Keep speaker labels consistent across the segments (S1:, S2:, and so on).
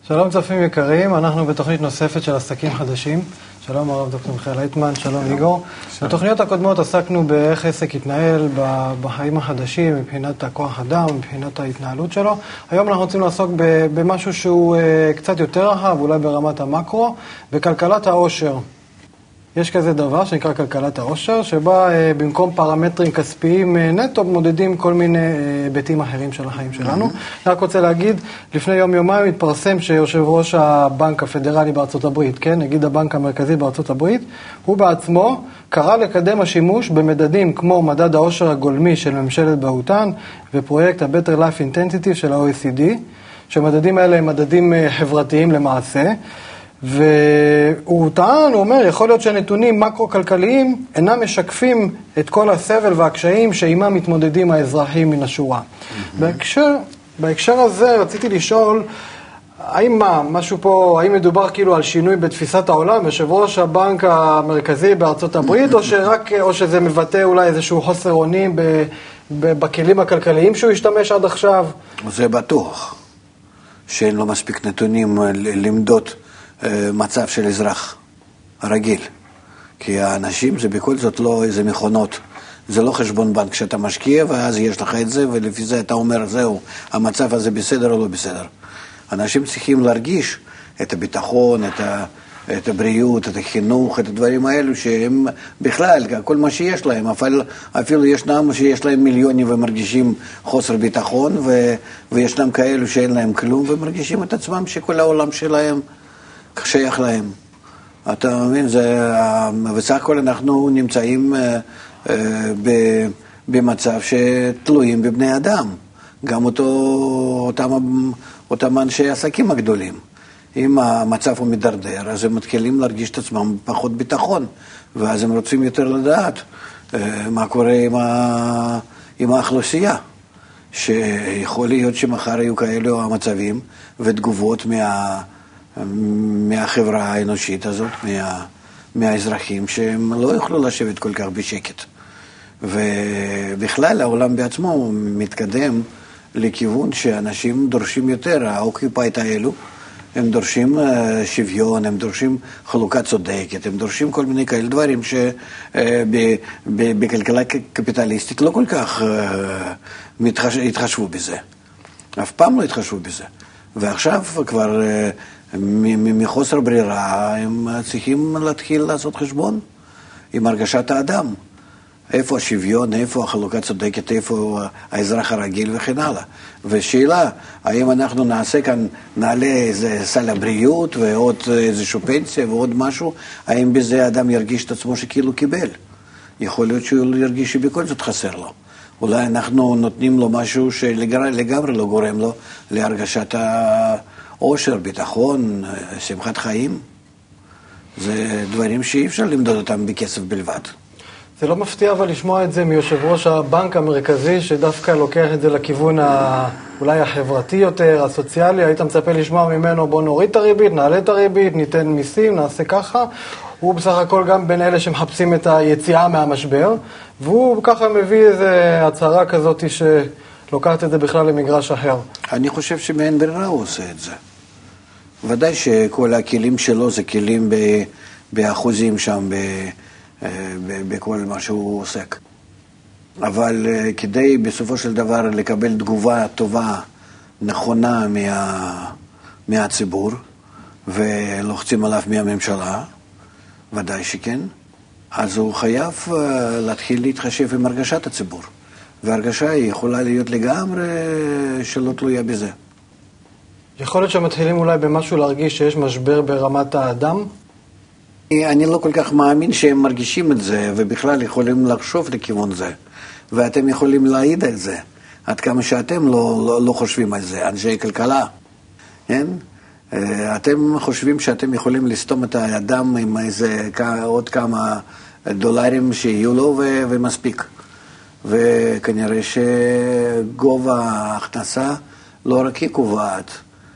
S1: שלום צופים יקרים, אנחנו בתוכנית נוספת של עסקים חדשים. שלום הרב דוקטור מיכאל לייטמן, שלום איגור. בתוכניות הקודמות עסקנו באיך עסק יתנהל בחיים החדשים, מבחינת הכוח אדם, מבחינת ההתנהלות שלו. היום אנחנו רוצים לעסוק במשהו שהוא קצת יותר רחב, אולי ברמת המקרו, בכלכלת העושר. יש כזה דבר שנקרא כלכלת העושר, שבה במקום פרמטרים כספיים נטו, מודדים כל מיני היבטים אחרים של החיים שלנו. אני רק רוצה להגיד, לפני יום-יומיים התפרסם שיושב ראש הבנק הפדרלי בארצות הברית, כן? נגיד הבנק המרכזי בארצות הברית, הוא בעצמו קרא לקדם השימוש במדדים כמו מדד העושר הגולמי של ממשלת בהוטן, ופרויקט ה-Better Life Intensity של ה-OECD, שהמדדים האלה הם מדדים חברתיים למעשה, והוא טען, הוא אומר, יכול להיות שהנתונים מקרו-כלכליים אינם משקפים את כל הסבל והקשיים שעימם מתמודדים האזרחים מן השורה. בהקשר הזה רציתי לשאול, האם מדובר כאילו על שינוי בתפיסת העולם, יושב ראש הבנק המרכזי בארצות הברית, או שזה מבטא אולי איזשהו חוסר אונים בכלים הכלכליים שהוא השתמש עד עכשיו?
S2: זה בטוח, שאין לו מספיק נתונים למדוד מצב של אזרח רגיל, כי האנשים זה בכל זאת לא איזה מכונות, זה לא חשבון בנק שאתה משקיע ואז יש לך את זה ולפי זה אתה אומר זהו, המצב הזה בסדר או לא בסדר. אנשים צריכים להרגיש את הביטחון, את הבריאות, את החינוך, את הדברים האלו שהם בכלל, כל מה שיש להם, אפילו ישנם שיש להם מיליונים ומרגישים חוסר ביטחון, וישנם כאלו שאין להם כלום ומרגישים את עצמם שכל העולם שלהם שייך להם. אתה מבין, בסך הכל אנחנו נמצאים במצב שתלויים בבני אדם, גם אותם אנשי עסקים הגדולים. אם המצב הוא מדרדר, אז הם מתחילים להרגיש את עצמם פחות ביטחון, ואז הם רוצים יותר לדעת מה קורה עם האוכלוסייה, שיכול להיות שמחר יהיו כאלו המצבים ותגובות מהחברה האנושית הזאת, מהאזרחים, שהם לא יוכלו לשבת כל כך בשקט. ובכלל העולם בעצמו מתקדם לכיוון שאנשים דורשים יותר, האוקיפייט האלו, הם דורשים שוויון, הם דורשים חלוקה צודקת, הם דורשים כל מיני כאלה דברים שבכלכלה קפיטליסטית לא כל כך התחשבו בזה. אף פעם לא התחשבו בזה. ועכשיו כבר מחוסר ברירה הם צריכים להתחיל לעשות חשבון עם הרגשת האדם. איפה השוויון, איפה החלוקה צודקת, איפה האזרח הרגיל וכן הלאה. ושאלה, האם אנחנו נעלה איזה סל הבריאות ועוד איזשהו פנסיה ועוד משהו, האם בזה האדם ירגיש את עצמו שכאילו קיבל? יכול להיות שהוא ירגיש שבכל זאת חסר לו. אולי אנחנו נותנים לו משהו שלגמרי לא גורם לו להרגשת העושר, ביטחון, שמחת חיים. זה דברים שאי אפשר למדוד אותם בכסף בלבד.
S1: זה לא מפתיע אבל לשמוע את זה מיושב ראש הבנק המרכזי, שדווקא לוקח את זה לכיוון אולי החברתי יותר, הסוציאלי. היית מצפה לשמוע ממנו, בוא נוריד את הריבית, נעלה את הריבית, ניתן מיסים, נעשה ככה. הוא בסך הכל גם בין אלה שמחפשים את היציאה מהמשבר, והוא ככה מביא איזו הצהרה כזאת שלוקחת את זה בכלל למגרש אחר.
S2: אני חושב שמאין ברירה הוא עושה את זה. ודאי שכל הכלים שלו זה כלים באחוזים שם, בכל מה שהוא עוסק. אבל כדי בסופו של דבר לקבל תגובה טובה, נכונה מהציבור, ולוחצים עליו מהממשלה, ודאי שכן, אז הוא חייב להתחיל להתחשב עם הרגשת הציבור. והרגשה היא יכולה להיות לגמרי שלא תלויה בזה.
S1: יכול להיות שמתחילים אולי במשהו להרגיש שיש משבר ברמת האדם?
S2: אני לא כל כך מאמין שהם מרגישים את זה, ובכלל יכולים לחשוב לכיוון זה. ואתם יכולים להעיד על זה, עד כמה שאתם לא חושבים על זה, אנשי כלכלה. כן? אתם חושבים שאתם יכולים לסתום את האדם עם עוד כמה דולרים שיהיו לו ומספיק. וכנראה שגובה ההכנסה לא רק היא קובעת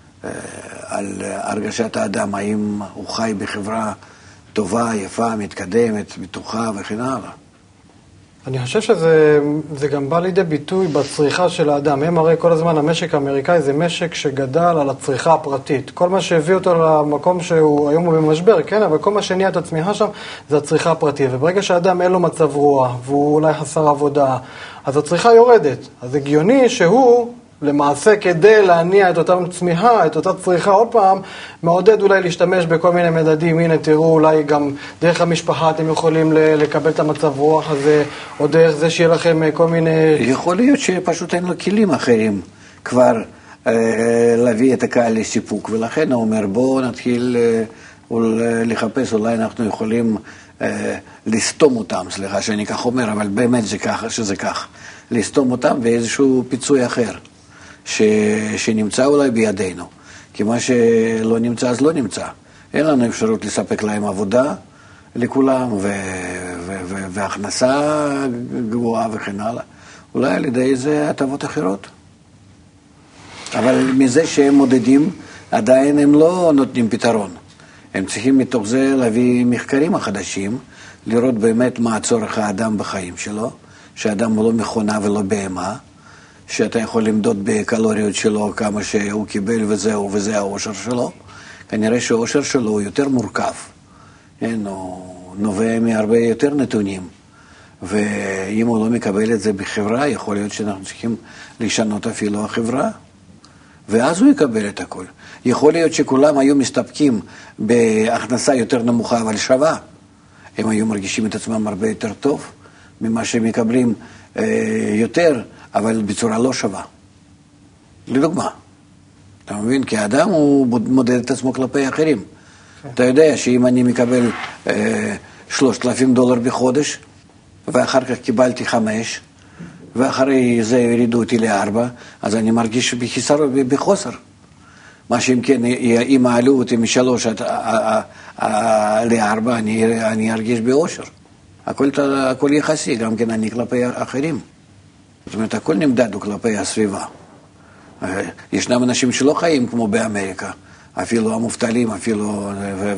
S2: על הרגשת האדם, האם הוא חי בחברה טובה, יפה, מתקדמת, בטוחה וכן הלאה.
S1: אני חושב שזה גם בא לידי ביטוי בצריכה של האדם. הם הרי כל הזמן, המשק האמריקאי זה משק שגדל על הצריכה הפרטית. כל מה שהביא אותו למקום שהוא היום הוא במשבר, כן? אבל כל מה שניע את הצמיחה שם זה הצריכה הפרטית. וברגע שהאדם אין לו מצב רוח, והוא אולי חסר עבודה, אז הצריכה יורדת. אז הגיוני שהוא למעשה כדי להניע את אותה צמיחה, את אותה צריכה עוד פעם, מעודד אולי להשתמש בכל מיני מדדים. הנה תראו, אולי גם דרך המשפחה אתם יכולים לקבל את המצב רוח הזה, או דרך זה שיהיה לכם כל מיני...
S2: יכול להיות שפשוט אין לו כלים אחרים כבר להביא את הקהל לסיפוק, ולכן הוא אומר בואו נתחיל לחפש, אולי אנחנו יכולים לסתום אותם, סליחה שאני כך אומר, אבל באמת זה ככה, שזה כך, לסתום אותם באיזשהו פיצוי אחר. שנמצא אולי בידינו, כי מה שלא נמצא אז לא נמצא. אין לנו אפשרות לספק להם עבודה לכולם, והכנסה גבוהה וכן הלאה. אולי על ידי זה הטבות אחרות. אבל מזה שהם מודדים, עדיין הם לא נותנים פתרון. הם צריכים מתוך זה להביא מחקרים החדשים, לראות באמת מה הצורך האדם בחיים שלו, שהאדם הוא לא מכונה ולא בהמה, שאתה יכול למדוד בקלוריות שלו כמה שהוא קיבל וזה האושר שלו. כנראה שהאושר שלו הוא יותר מורכב. הוא נובע מהרבה יותר נתונים. ואם הוא לא מקבל את זה בחברה, יכול להיות שאנחנו צריכים לשנות אפילו החברה. ואז הוא יקבל את הכל. יכול להיות שכולם היו מסתפקים בהכנסה יותר נמוכה אבל שווה. הם היו מרגישים את עצמם הרבה יותר טוב ממה שהם מקבלים יותר, אבל בצורה לא שווה. לדוגמה, אתה מבין? כי האדם הוא מודד את עצמו כלפי אחרים. אתה יודע שאם אני מקבל $3,000 בחודש, ואחר כך קיבלתי 5, ואחרי זה ירידו אותי ל4, אז אני מרגיש בחוסר. מה שאם כן, אם העלו אותי מ3 ל4, אני ארגיש באושר. הכל יחסי, גם כן אני כלפי אחרים. זאת אומרת, הכל נמדד כלפי הסביבה. ישנם אנשים שלא חיים כמו באמריקה, אפילו המובטלים, אפילו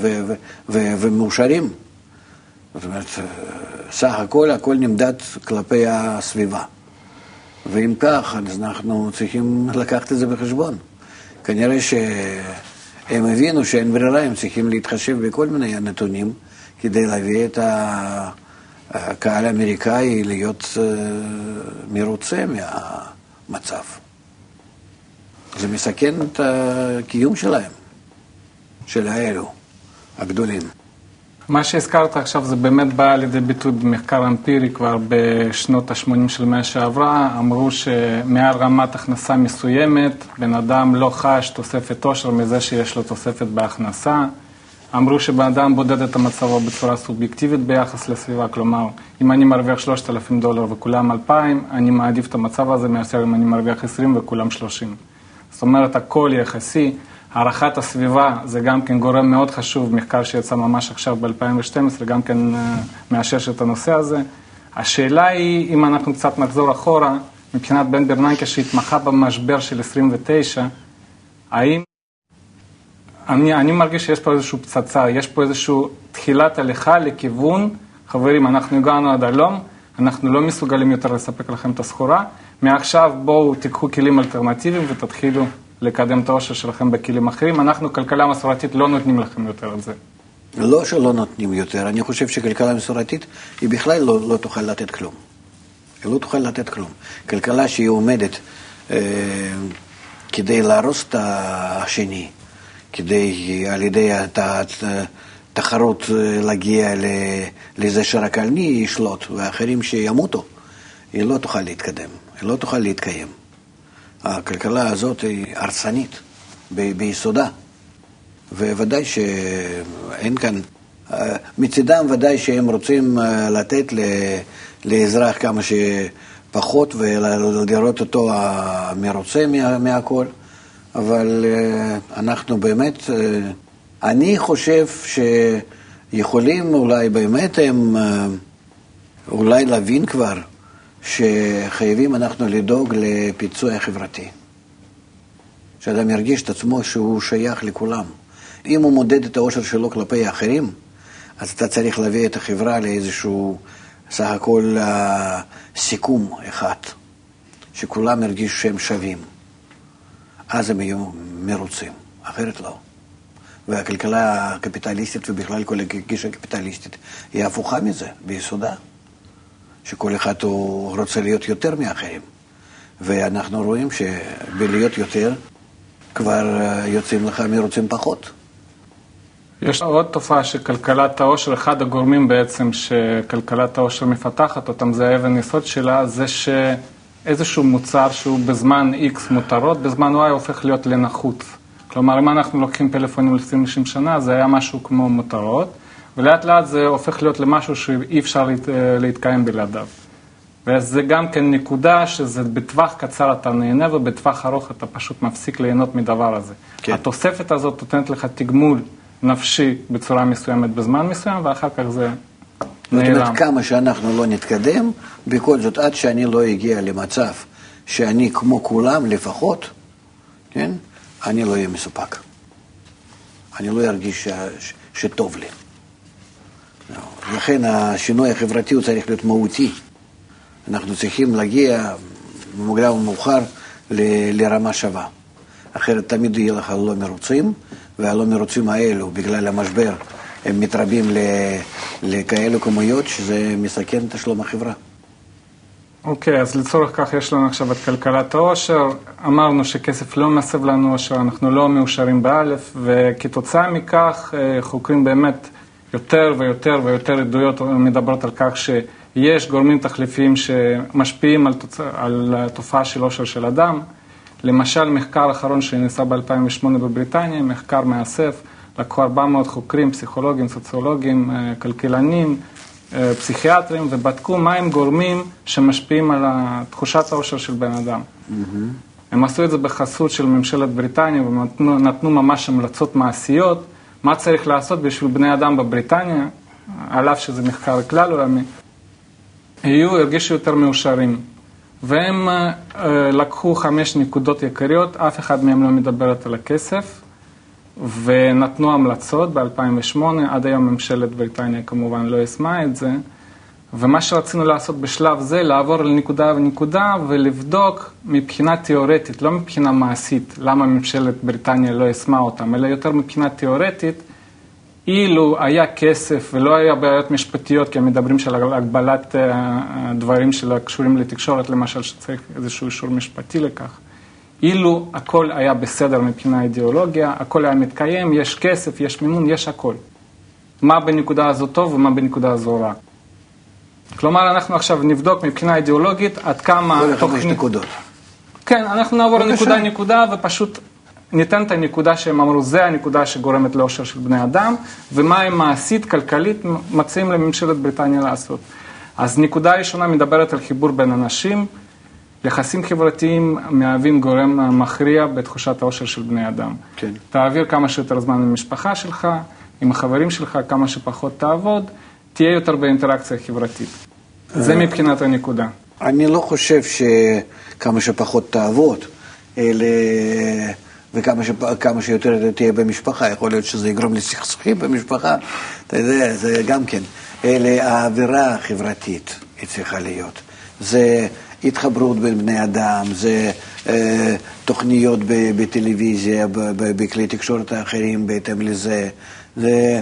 S2: ומאושרים. זאת אומרת, סך הכל נמדד כלפי הסביבה. ואם כך, אז אנחנו צריכים לקחת את זה בחשבון. כנראה שהם הבינו שאין ברירה, הם צריכים להתחשב בכל מיני נתונים, כדי להביא את הקהל האמריקאי להיות מרוצה מהמצב. זה מסכן את הקיום שלהם, של האלו, הגדולים.
S3: מה שהזכרת עכשיו זה באמת בא לידי ביטוי במחקר אמפירי כבר בשנות ה-80 של המאה שעברה. אמרו שמעל רמת הכנסה מסוימת, בן אדם לא חש תוספת עושר מזה שיש לו תוספת בהכנסה. אמרו שבן אדם בודד את המצבו בצורה סובייקטיבית ביחס לסביבה, כלומר, אם אני מרוויח $3,000 וכולם 2,000, אני מעדיף את המצב הזה מאשר אם אני מרוויח 20 וכולם 30. זאת אומרת, הכל יחסי. הערכת הסביבה זה גם כן גורם מאוד חשוב, מחקר שיצא ממש עכשיו ב-2012, גם כן מאשש את הנושא הזה. השאלה היא, אם אנחנו קצת נחזור אחורה, מבחינת בן ברננקה שהתמחה במשבר של 29, האם... אני מרגיש שיש פה איזושהי פצצה, יש פה איזושהי תחילת הליכה לכיוון, חברים, אנחנו הגענו עד הלום, אנחנו לא מסוגלים יותר לספק לכם את הסחורה, מעכשיו בואו תיקחו כלים אלטרנטיביים ותתחילו לקדם את העושר שלכם בכלים אחרים. אנחנו, כלכלה מסורתית, לא נותנים לכם יותר את זה.
S2: לא שלא נותנים יותר, אני חושב שכלכלה מסורתית היא בכלל לא תוכל לתת כלום. היא לא תוכל לתת כלום. כלכלה שהיא עומדת כדי להרוס את השני, כדי על ידי התחרות להגיע לזה שרק אני ישלוט ואחרים שימותו, היא לא תוכל להתקדם, היא לא תוכל להתקיים. הכלכלה הזאת היא הרסנית ביסודה, וודאי שאין כאן, מצדם ודאי שהם רוצים לתת לאזרח כמה שפחות ולראות אותו מרוצה מהכל, אבל אנחנו באמת, אני חושב שיכולים אולי באמת הם אולי להבין כבר שחייבים אנחנו לדאוג לפיצוי החברתי. שאדם ירגיש את עצמו שהוא שייך לכולם. אם הוא מודד את האושר שלו כלפי האחרים, אז אתה צריך להביא את החברה לאיזשהו סך הכל סיכום אחד, שכולם הרגישו שהם שווים. אז הם יהיו מרוצים, אחרת לא. והכלכלה הקפיטליסטית ובכלל כל הגישה הקפיטליסטית היא הפוכה מזה, ביסודה. שכל אחד הוא רוצה להיות יותר מאחרים. ואנחנו רואים שבלהיות יותר כבר יוצאים לך מרוצים פחות.
S3: יש עוד תופעה שכלכלת העושר, אחד הגורמים בעצם שכלכלת העושר מפתחת אותם, זה האבן יסוד שלה, זה שאיזשהו מוצר שהוא בזמן X מותרות, בזמן Y הופך להיות לנחוץ. כלומר, אם אנחנו לוקחים פלאפונים לפני 50 שנה, זה היה משהו כמו מותרות, ולאט לאט זה הופך להיות למשהו שאי אפשר להתקיים בלעדיו. וזה גם כן נקודה שזה בטווח קצר אתה נהנה, ובטווח ארוך אתה פשוט מפסיק ליהנות מדבר הזה. כן. התוספת הזאת נותנת לך תגמול נפשי בצורה מסוימת בזמן מסוים, ואחר כך זה נעלם.
S2: זאת אומרת, כמה שאנחנו לא נתקדם, בכל זאת עד שאני לא אגיע למצב שאני כמו כולם לפחות, כן? אני לא אהיה מסופק. אני לא ארגיש שטוב לי. לכן השינוי החברתי הוא צריך להיות מהותי. אנחנו צריכים להגיע במוקדם ומאוחר לרמה שווה. אחרת תמיד יהיה לך לא מרוצים, והלא מרוצים האלו בגלל המשבר הם מתרבים לכאלו כמויות שזה מסכן את שלום החברה.
S3: אוקיי, אז לצורך כך יש לנו עכשיו את כלכלת העושר. אמרנו שכסף לא מסב לנו עושר, אנחנו לא מאושרים באלף, וכתוצאה מכך חוקרים באמת יותר ויותר ויותר עדויות מדברות על כך שיש גורמים תחליפיים שמשפיעים על התופעה של עושר של אדם. למשל, מחקר אחרון שנעשה ב-2008 בבריטניה, מחקר מאסף, לקחו 400 חוקרים, פסיכולוגים, סוציולוגים, כלכלנים, פסיכיאטרים, ובדקו מהם גורמים שמשפיעים על תחושת העושר של בן אדם. הם עשו את זה בחסות של ממשלת בריטניה, ונתנו ממש המלצות מעשיות, מה צריך לעשות בשביל בני אדם בבריטניה, על אף שזה מחקר כלל עולמי, הרגישו יותר מאושרים. והם לקחו 5 נקודות יקריות, אף אחד מהם לא מדברת על הכסף, ונתנו המלצות ב-2008, עד היום ממשלת בריטניה כמובן לא ישמה את זה, ומה שרצינו לעשות בשלב זה, לעבור לנקודה ונקודה ולבדוק מבחינה תיאורטית, לא מבחינה מעשית, למה ממשלת בריטניה לא ישמה אותם, אלא יותר מבחינה תיאורטית, אילו היה כסף ולא היה בעיות משפטיות, כי הם מדברים של הגבלת דברים שקשורים לתקשורת, למשל שצריך איזשהו אישור משפטי לכך, אילו הכל היה בסדר מבחינה אידיאולוגיה, הכל היה מתקיים, יש כסף, יש מימון, יש הכל. מה בנקודה הזו טוב ומה בנקודה הזו רע. כלומר, אנחנו עכשיו נבדוק מבחינה אידיאולוגית עד כמה...
S2: כל 5 נקודות.
S3: כן, אנחנו נעבור נקודה ופשוט ניתן את הנקודה שהם אמרו, זה הנקודה שגורמת לאושר של בני אדם, ומה הם מעשית, כלכלית, מציעים לממשלת בריטניה לעשות. אז נקודה ראשונה מדברת על חיבור בין אנשים, יחסים חברתיים מהווים גורם מכריע בתחושת האושר של בני אדם.
S2: כן.
S3: תעביר כמה שיותר זמן עם המשפחה שלך, עם החברים שלך, כמה שפחות תעבוד, תהיה יותר באינטראקציה חברתית. זה מבחינת הנקודה.
S2: אני לא חושב שכמה שפחות תעבוד, אלא... וכמה שיותר תהיה במשפחה, יכול להיות שזה יגרום לסכסוכים במשפחה, אתה יודע, זה גם כן. אלא האווירה החברתית היא צריכה להיות. זה התחברות בין בני אדם, זה תוכניות בטלוויזיה, בכלי תקשורת האחרים, בהתאם לזה. זה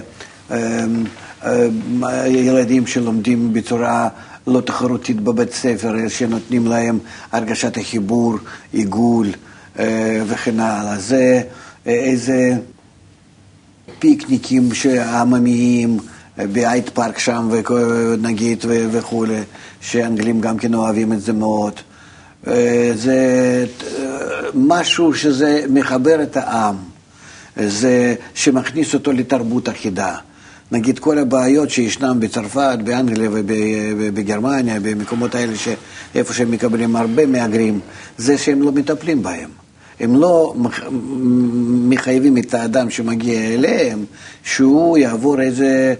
S2: ילדים שלומדים בצורה לא תחרותית בבית ספר, שנותנים להם הרגשת החיבור, עיגול, וכן הלאה. זה איזה פיקניקים עממיים באייד פארק שם נגיד וכו', שאנגלים גם כן אוהבים את זה מאוד. זה משהו שזה מחבר את העם, זה שמכניס אותו לתרבות אחידה. נגיד כל הבעיות שישנם בצרפת, באנגליה ובגרמניה, במקומות האלה איפה שהם מקבלים הרבה מהגרים, זה שהם לא מטפלים בהם. הם לא מחייבים את האדם שמגיע אליהם, שהוא יעבור איזה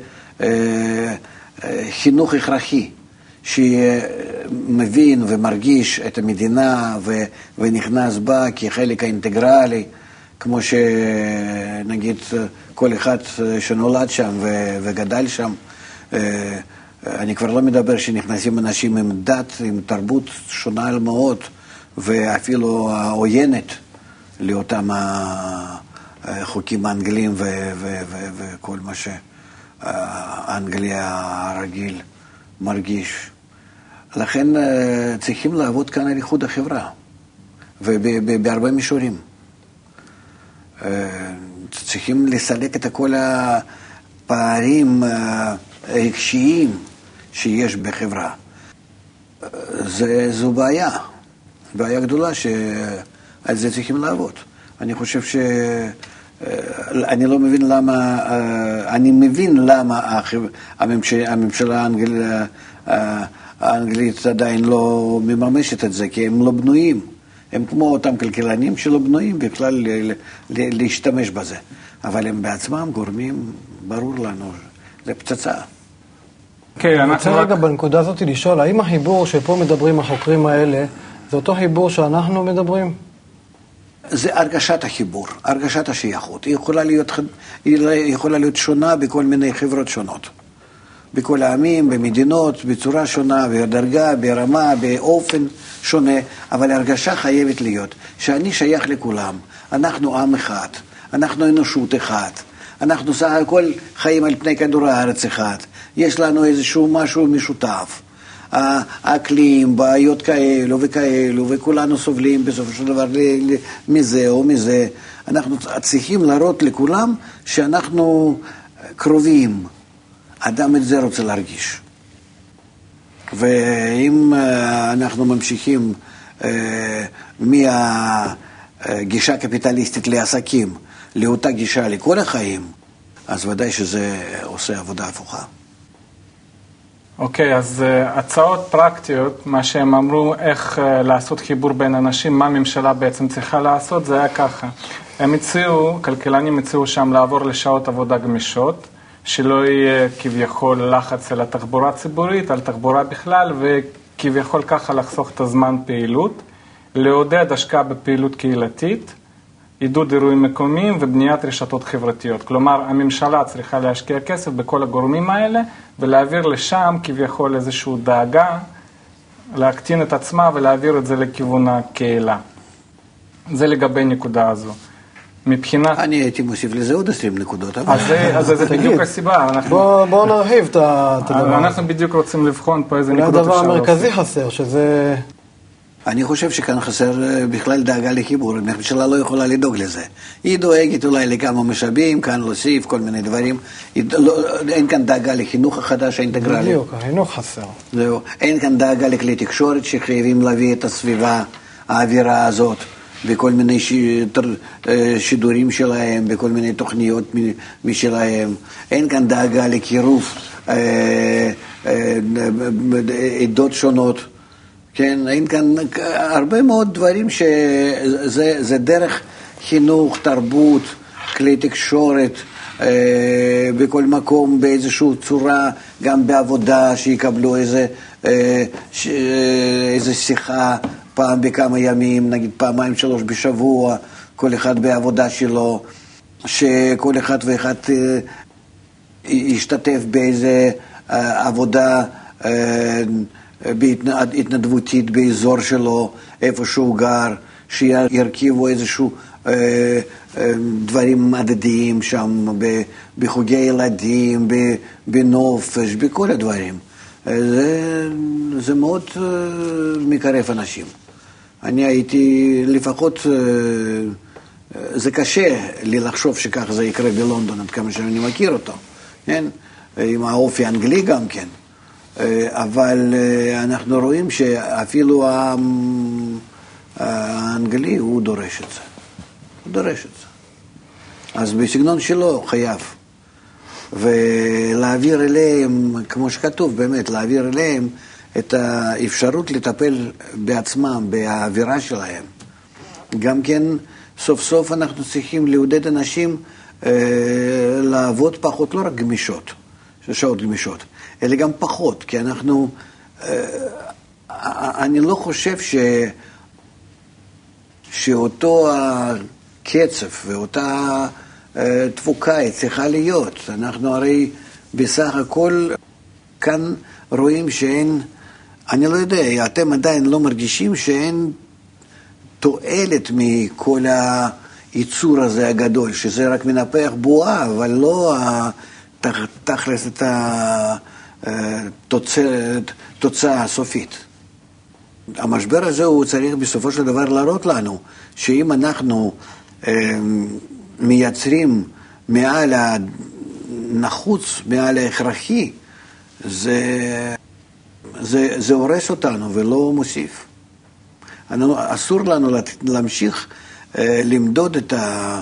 S2: חינוך הכרחי, שמבין ומרגיש את המדינה ונכנס בה כחלק האינטגרלי, כמו שנגיד כל אחד שנולד שם וגדל שם, אני כבר לא מדבר שנכנסים אנשים עם דת, עם תרבות שונה מאוד, ואפילו עוינת לאותם החוקים האנגליים וכל מה שהאנגליה הרגיל מרגיש. לכן צריכים לעבוד כאן על איחוד החברה, ובהרבה מישורים. צריכים לסלק את כל הפערים הרגשיים שיש בחברה. זו בעיה גדולה שעל זה צריכים לעבוד. אני חושב אני לא מבין למה, אני מבין למה הממשלה האנגלית עדיין לא מממשת את זה, כי הם לא בנויים. הם כמו אותם כלכלנים שלא בנויים בכלל להשתמש בזה. אבל הם בעצמם גורמים, ברור לנו, זה פצצה.
S1: אני רוצה רגע בנקודה הזאת לשאול, האם החיבור שפה מדברים החוקרים האלה, זה אותו חיבור שאנחנו מדברים?
S2: זה הרגשת החיבור, הרגשת השייכות. היא יכולה להיות שונה בכל מיני חברות שונות. בכל העמים, במדינות, בצורה שונה, בדרגה, ברמה, באופן שונה, אבל הרגשה חייבת להיות שאני שייך לכולם, אנחנו עם אחד, אנחנו אנושות אחד, אנחנו סך הכל חיים על פני כדור הארץ אחד, יש לנו איזשהו משהו משותף, האקלים, בעיות כאלו וכאלו, וכולנו סובלים בסופו של דבר מזה או מזה. אנחנו צריכים להראות לכולם שאנחנו קרובים. אדם את זה רוצה להרגיש. ואם אנחנו ממשיכים מהגישה הקפיטליסטית לעסקים לאותה גישה לכל החיים, אז ודאי שזה עושה עבודה הפוכה.
S3: אוקיי, אז הצעות פרקטיות, מה שהם אמרו, איך לעשות חיבור בין אנשים, מה הממשלה בעצם צריכה לעשות, זה היה ככה. הם כלכלנים הציעו שם לעבור לשעות עבודה גמישות, שלא יהיה כביכול לחץ על התחבורה הציבורית, על תחבורה בכלל, וכביכול ככה לחסוך את הזמן פעילות, לעודד השקעה בפעילות קהילתית, עידוד אירועים מקומיים ובניית רשתות חברתיות. כלומר, הממשלה צריכה להשקיע כסף בכל הגורמים האלה, ולהעביר לשם כביכול איזושהי דאגה, להקטין את עצמה ולהעביר את זה לכיוון הקהילה. זה לגבי נקודה הזו. מבחינת...
S2: אני הייתי מוסיף לזה עוד 20 נקודות.
S3: אז זה בדיוק הסיבה.
S1: בואו נרחיב את הדבר.
S3: אנחנו בדיוק רוצים לבחון פה איזה נקודות אפשר
S1: להוסיף. הדבר המרכזי חסר, שזה...
S2: אני חושב שכאן חסר בכלל דאגה לחיבור, הממשלה לא יכולה לדאוג לזה. היא דואגת אולי לכמה משאבים, כאן להוסיף כל מיני דברים. אין כאן דאגה לחינוך החדש האינטגרלי.
S1: בדיוק, החינוך חסר.
S2: זהו. אין כאן דאגה לכלי תקשורת שחייבים להביא את הסביבה, האווירה הזאת, בכל מיני שידורים שלהם, בכל מיני תוכניות משלהם. אין כאן דאגה לקירוב עדות שונות. כן, אין כאן הרבה מאוד דברים שזה דרך חינוך, תרבות, כלי תקשורת, בכל מקום, באיזושהי צורה, גם בעבודה, שיקבלו איזה שיחה פעם בכמה ימים, נגיד פעמיים 3 בשבוע, כל אחד בעבודה שלו, שכל אחד ואחד ישתתף באיזה עבודה בהתנדבותית באזור שלו, איפה שהוא גר, שירכיבו איזשהו דברים מדדיים שם, בחוגי ילדים, בנופש, בכל הדברים. זה מאוד מקרב אנשים. אני הייתי לפחות, זה קשה לי לחשוב שכך זה יקרה בלונדון, עד כמה שאני מכיר אותו, כן? עם האופי האנגלי גם כן. אבל אנחנו רואים שאפילו האנגלי הוא דורש את זה. הוא דורש את זה. אז בסגנון שלו חייב. ולהעביר אליהם, כמו שכתוב באמת, להעביר אליהם את האפשרות לטפל בעצמם, באווירה שלהם. גם כן, סוף סוף אנחנו צריכים לעודד אנשים לעבוד פחות, לא רק גמישות, שעות גמישות, אלא גם פחות, כי אנחנו, אני לא חושב שאותו הקצב ואותה תפוקה צריכה להיות. אנחנו הרי בסך הכל כאן רואים שאין, אני לא יודע, אתם עדיין לא מרגישים שאין תועלת מכל הייצור הזה הגדול, שזה רק מנפח בועה, אבל לא תכלס את התוצאה הסופית. המשבר הזה הוא צריך בסופו של דבר להראות לנו, שאם אנחנו מייצרים מעל הנחוץ, מעל ההכרחי, זה הורס אותנו ולא מוסיף. אסור לנו להמשיך למדוד את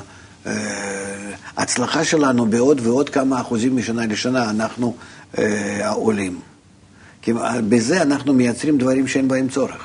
S2: ההצלחה שלנו בעוד ועוד כמה אחוזים משנה לשנה, אנחנו העולים. כי בזה אנחנו מייצרים דברים שאין בהם צורך.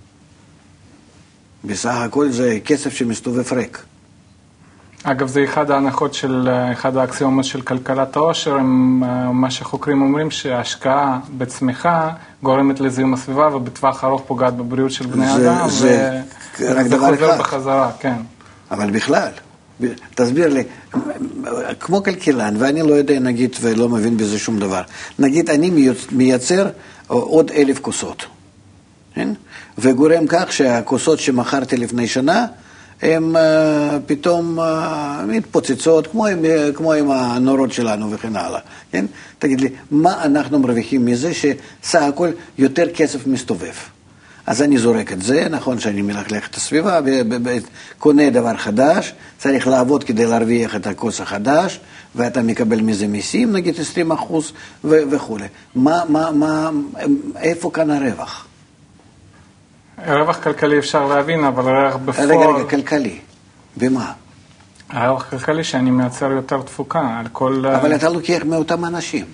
S2: בסך הכל זה כסף שמסתובב ריק.
S3: אגב, זה אחד האקסיומות של כלכלת העושר, מה שחוקרים אומרים שההשקעה בצמיחה גורמת לזיהום הסביבה, ובטווח ארוך פוגעת בבריאות של בני אדם,
S2: זה
S3: חוזר בחזרה, כן.
S2: אבל בכלל, תסביר לי, כמו כלכלן, ואני לא יודע, נגיד, ולא מבין בזה שום דבר, נגיד, אני מייצר עוד 1,000 כוסות, וגורם כך שהכוסות שמכרתי לפני שנה, הן פתאום מתפוצצות, כמו עם הנורות שלנו וכן הלאה. כן? תגיד לי, מה אנחנו מרוויחים מזה שסך הכל יותר כסף מסתובב? אז אני זורק את זה, נכון שאני מלכלך את הסביבה, קונה דבר חדש, צריך לעבוד כדי להרוויח את הכוס החדש, ואתה מקבל מזה מיסים, נגיד 20% וכו'. איפה כאן הרווח?
S3: רווח כלכלי אפשר להבין, אבל רווח בפועל...
S2: רגע, כלכלי. במה?
S3: הרווח כלכלי שאני מייצר יותר תפוקה על כל...
S2: אבל אתה לוקח מאותם אנשים.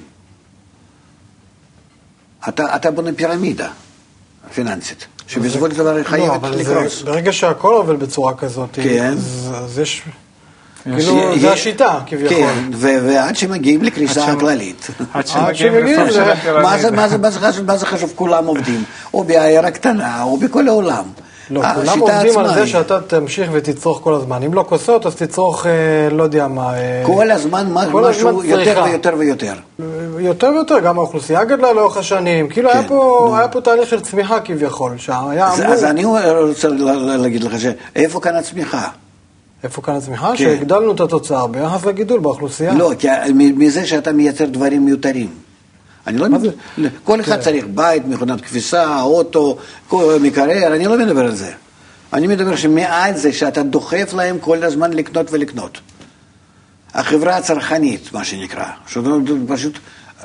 S2: אתה בונה פירמידה פיננסית, שבסופו של דבר חייבת לקרוס.
S1: ברגע שהכל עובל בצורה כזאת, אז יש... כאילו, זה השיטה, כביכול.
S2: כן, ועד שמגיעים לקריסה הכללית.
S3: עד שמגיעים לסוף של הפירמידה.
S2: מה זה חשוב? כולם עובדים, או בעיירה קטנה, או בכל העולם.
S1: לא, כולם עובדים על זה שאתה תמשיך ותצרוך כל הזמן. אם לא כוסות, אז תצרוך, לא יודע מה...
S2: כל הזמן משהו יותר ויותר ויותר.
S1: יותר ויותר, גם האוכלוסייה גדלה לאורך השנים. כאילו היה פה תהליך של צמיחה כביכול.
S2: אז אני רוצה להגיד לך שאיפה כאן הצמיחה?
S1: איפה כאן הצמיחה? שהגדלנו את התוצאה ביחס לגידול באוכלוסייה.
S2: לא, כי מזה שאתה מייצר דברים מיותרים. אני לא מדבר, כל אחד צריך בית, מכונת כביסה, אוטו, מקרר, אני לא מדבר על זה. אני מדבר שמעל זה שאתה דוחף להם כל הזמן לקנות ולקנות. החברה הצרכנית, מה שנקרא, שפשוט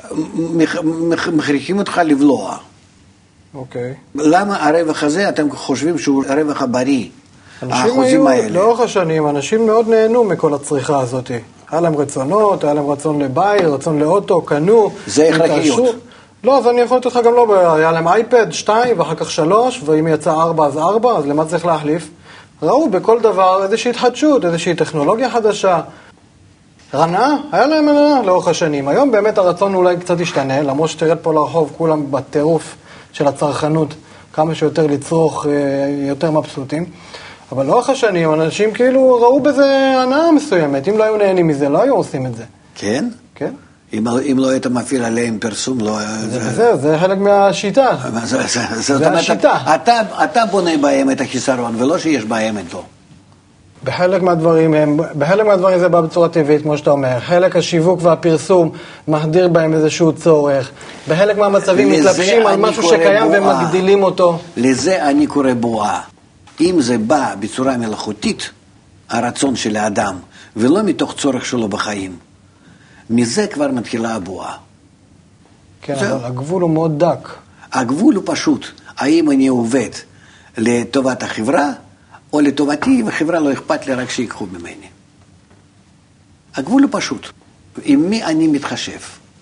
S2: מכריחים אותך לבלוע.
S1: אוקיי.
S2: למה הרווח הזה, אתם חושבים שהוא הרווח הבריא?
S1: אנשים היו, לאורך השנים, אנשים מאוד נהנו מכל הצריכה הזאת. היה להם רצונות, היה להם רצון לבית, רצון לאוטו, קנו.
S2: זה הכרחיות.
S1: לא, אז אני יכול לתת לך גם לא, היה להם אייפד 2 ואחר כך 3, ואם יצא 4 אז 4, אז למה צריך להחליף? ראו בכל דבר איזושהי התחדשות, איזושהי טכנולוגיה חדשה. רנאה, היה להם הנאה לאורך השנים. היום באמת הרצון אולי קצת ישתנה, למרות שתרד פה לרחוב כולם בטירוף של הצרכנות, כמה שיותר לצרוך יותר מבסוטים. אבל לאורך השנים, אנשים כאילו ראו בזה הנאה מסוימת. אם לא היו נהנים מזה, לא היו עושים את זה.
S2: כן?
S1: כן.
S2: אם לא היית מפעיל עליהם פרסום, לא...
S1: זה חלק מהשיטה. זה השיטה.
S2: אתה בונה בהם את החיסרון, ולא שיש בהם את לא.
S1: בחלק מהדברים זה בא בצורה טבעית, כמו שאתה אומר. חלק השיווק והפרסום מחדיר בהם איזשהו צורך. בחלק מהמצבים מתלבשים על משהו שקיים ומגדילים אותו.
S2: לזה אני קורא בועה. אם זה בא בצורה מלאכותית, הרצון של האדם, ולא מתוך צורך שלו בחיים, מזה כבר מתחילה הבועה.
S1: כן, אבל הגבול הוא מאוד דק.
S2: הגבול הוא פשוט. האם אני עובד לטובת החברה, או לטובתי, וחברה לא אכפת לי רק שיקחו ממני. הגבול הוא פשוט. עם מי אני מתחשב?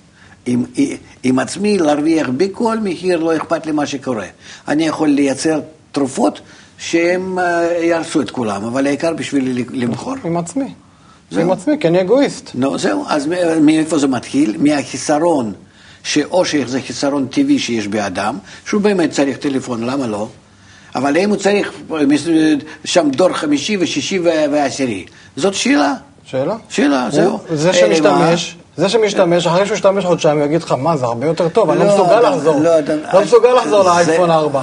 S2: עם עצמי להרוויח בכל מחיר, לא אכפת לי מה שקורה. אני יכול לייצר תרופות, שהם ירסו את כולם, אבל העיקר בשביל למכור.
S1: עם עצמי. עם עצמי, כי אני אגואיסט.
S2: לא, זהו, אז מאיפה זה מתחיל? מהחיסרון, שאו שזה חיסרון טבעי שיש באדם, שהוא באמת צריך טלפון, למה לא? אבל אם הוא צריך שם דור 5 ו6 ו10, זאת שאלה.
S1: שאלה?
S2: שאלה, זהו.
S1: זה שמשתמש, זה שמשתמש, אחרי שהוא משתמש חודשיים, הוא יגיד לך, מה, זה הרבה יותר טוב, אני לא מסוגל לחזור. לא מסוגל לחזור לאייפון 4.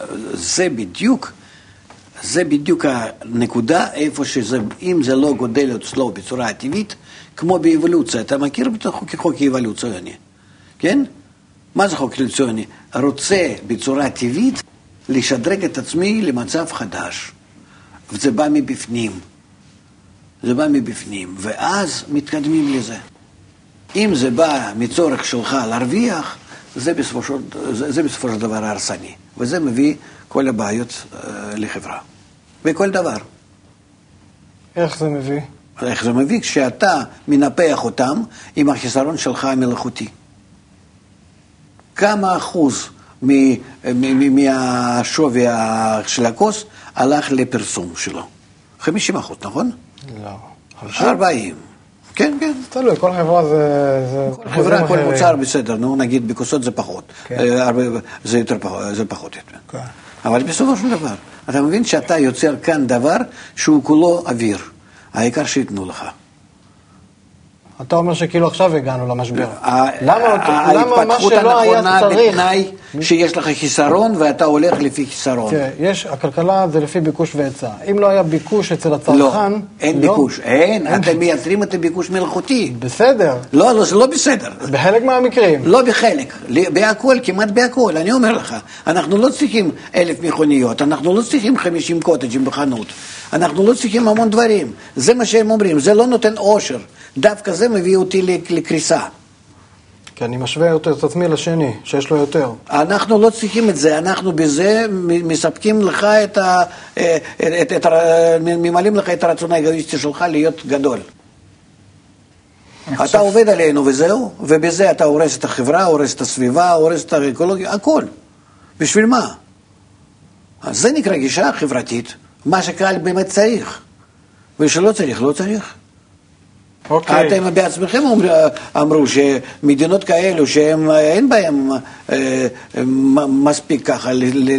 S2: זה בדיוק הנקודה, איפה שזה, אם זה לא גודל אצלו בצורה טבעית, כמו באבולוציה, אתה מכיר חוק אבולוציוני, כן? מה זה חוק אבולוציוני? רוצה בצורה טבעית לשדרג את עצמי למצב חדש. וזה בא מבפנים. זה בא מבפנים, ואז מתקדמים לזה. אם זה בא מצורך שלך להרוויח, זה בסופו של דבר הרסני. וזה מביא כל הבעיות לחברה. בכל דבר.
S1: איך זה מביא?
S2: איך זה מביא? כשאתה מנפח אותם עם החיסרון שלך המלאכותי. כמה אחוז מהשווי של הכוס הלך לפרסום שלו? 50%, נכון?
S1: לא.
S2: 40. כן, כן.
S1: תלוי, כל חברה זה...
S2: כל חברה, כל מוצר בסדר, נו, נגיד בכוסות זה פחות. זה יותר פחות. אבל בסופו של דבר, אתה מבין שאתה יוצר כאן דבר שהוא כולו אוויר. העיקר שיתנו לך.
S1: אתה אומר שכאילו עכשיו הגענו למשבר.
S2: למה מה שלא היה צריך... בתנאי שיש לך חיסרון ואתה הולך לפי חיסרון.
S1: תראה, הכלכלה זה לפי ביקוש והיצע. אם לא היה ביקוש אצל הצרכן...
S2: לא, אין ביקוש. אתם מייצרים את הביקוש מלאכותי.
S1: בסדר.
S2: לא, זה לא בסדר.
S1: בחלק מהמקרים.
S2: לא בחלק. בהכל, כמעט בהכל. אני אומר לך, אנחנו לא צריכים 1,000 מכוניות, אנחנו לא צריכים 50 קוטג'ים בחנות. אנחנו לא צריכים המון דברים. זה מה שהם אומרים, זה לא נותן עושר. דווקא זה מביא אותי לקריסה.
S1: כי אני משווה יותר את עצמי לשני, שיש לו יותר.
S2: אנחנו לא צריכים את זה, אנחנו בזה מספקים לך ממלאים לך את הרצון האגואיסטי שלך להיות גדול. אתה עובד עלינו וזהו, ובזה אתה הורס את החברה, הורס את הסביבה, הורס את האקולוגיה, הכל. בשביל מה? אז זה נקרא גישה חברתית, מה שקהל באמת צריך. ושלא צריך, לא צריך. אתם בעצמכם אמרו שמדינות כאלו שאין בהם מספיק ככה,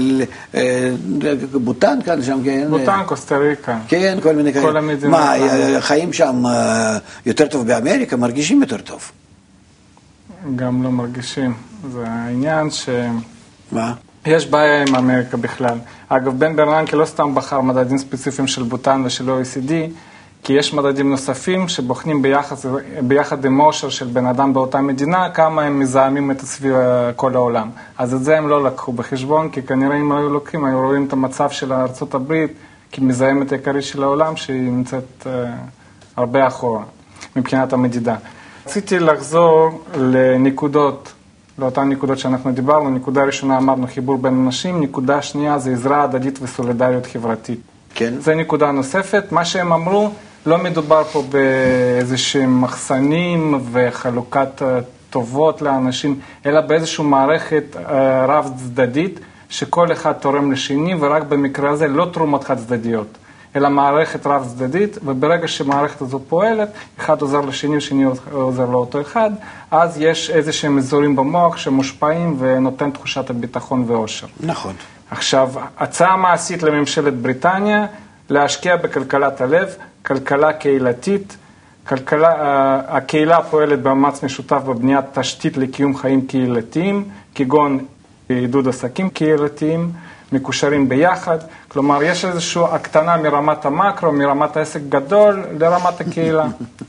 S2: בוטן כאן שם, כן?
S3: בוטן, קוסטה ריקה.
S2: כן, כל מיני כאלה. מה, חיים שם יותר טוב באמריקה, מרגישים יותר טוב.
S3: גם לא מרגישים. זה העניין ש...
S2: מה?
S3: יש בעיה עם אמריקה בכלל. אגב, בן ברננקל לא סתם בחר מדדים ספציפיים של בוטן ושל OECD, כי יש מדדים נוספים שבוחנים ביחד עם עושר של בן אדם באותה מדינה, כמה הם מזהמים את הסביבה כל העולם. אז את זה הם לא לקחו בחשבון, כי כנראה אם היו לוקחים, היו רואים את המצב של ארצות הברית, כמזהמת העיקרית של העולם, שהיא נמצאת הרבה אחורה, מבחינת המדידה. רציתי לחזור לנקודות, לאותן נקודות שאנחנו דיברנו. נקודה ראשונה אמרנו חיבור בין אנשים, נקודה שנייה זה עזרה הדדית וסולידריות חברתית.
S2: כן.
S3: זה נקודה נוספת. מה שהם אמרו, לא מדובר פה באיזשהם מחסנים וחלוקת טובות לאנשים, אלא באיזושהי מערכת רב צדדית, שכל אחד תורם לשני, ורק במקרה הזה לא תרומות חד צדדיות, אלא מערכת רב צדדית, וברגע שמערכת הזו פועלת, אחד עוזר לשני ושני עוזר לאותו אחד, אז יש איזשהם אזורים במוח שמושפעים ונותן תחושת הביטחון ואושר.
S2: נכון.
S3: עכשיו, הצעה מעשית לממשלת בריטניה, להשקיע בכלכלת הלב, כלכלה קהילתית, הקהילה פועלת במאמץ משותף בבניית תשתית לקיום חיים קהילתיים, כגון עידוד עסקים קהילתיים, מקושרים ביחד, כלומר יש איזושהי הקטנה מרמת המקרו, מרמת העסק גדול, לרמת הקהילה.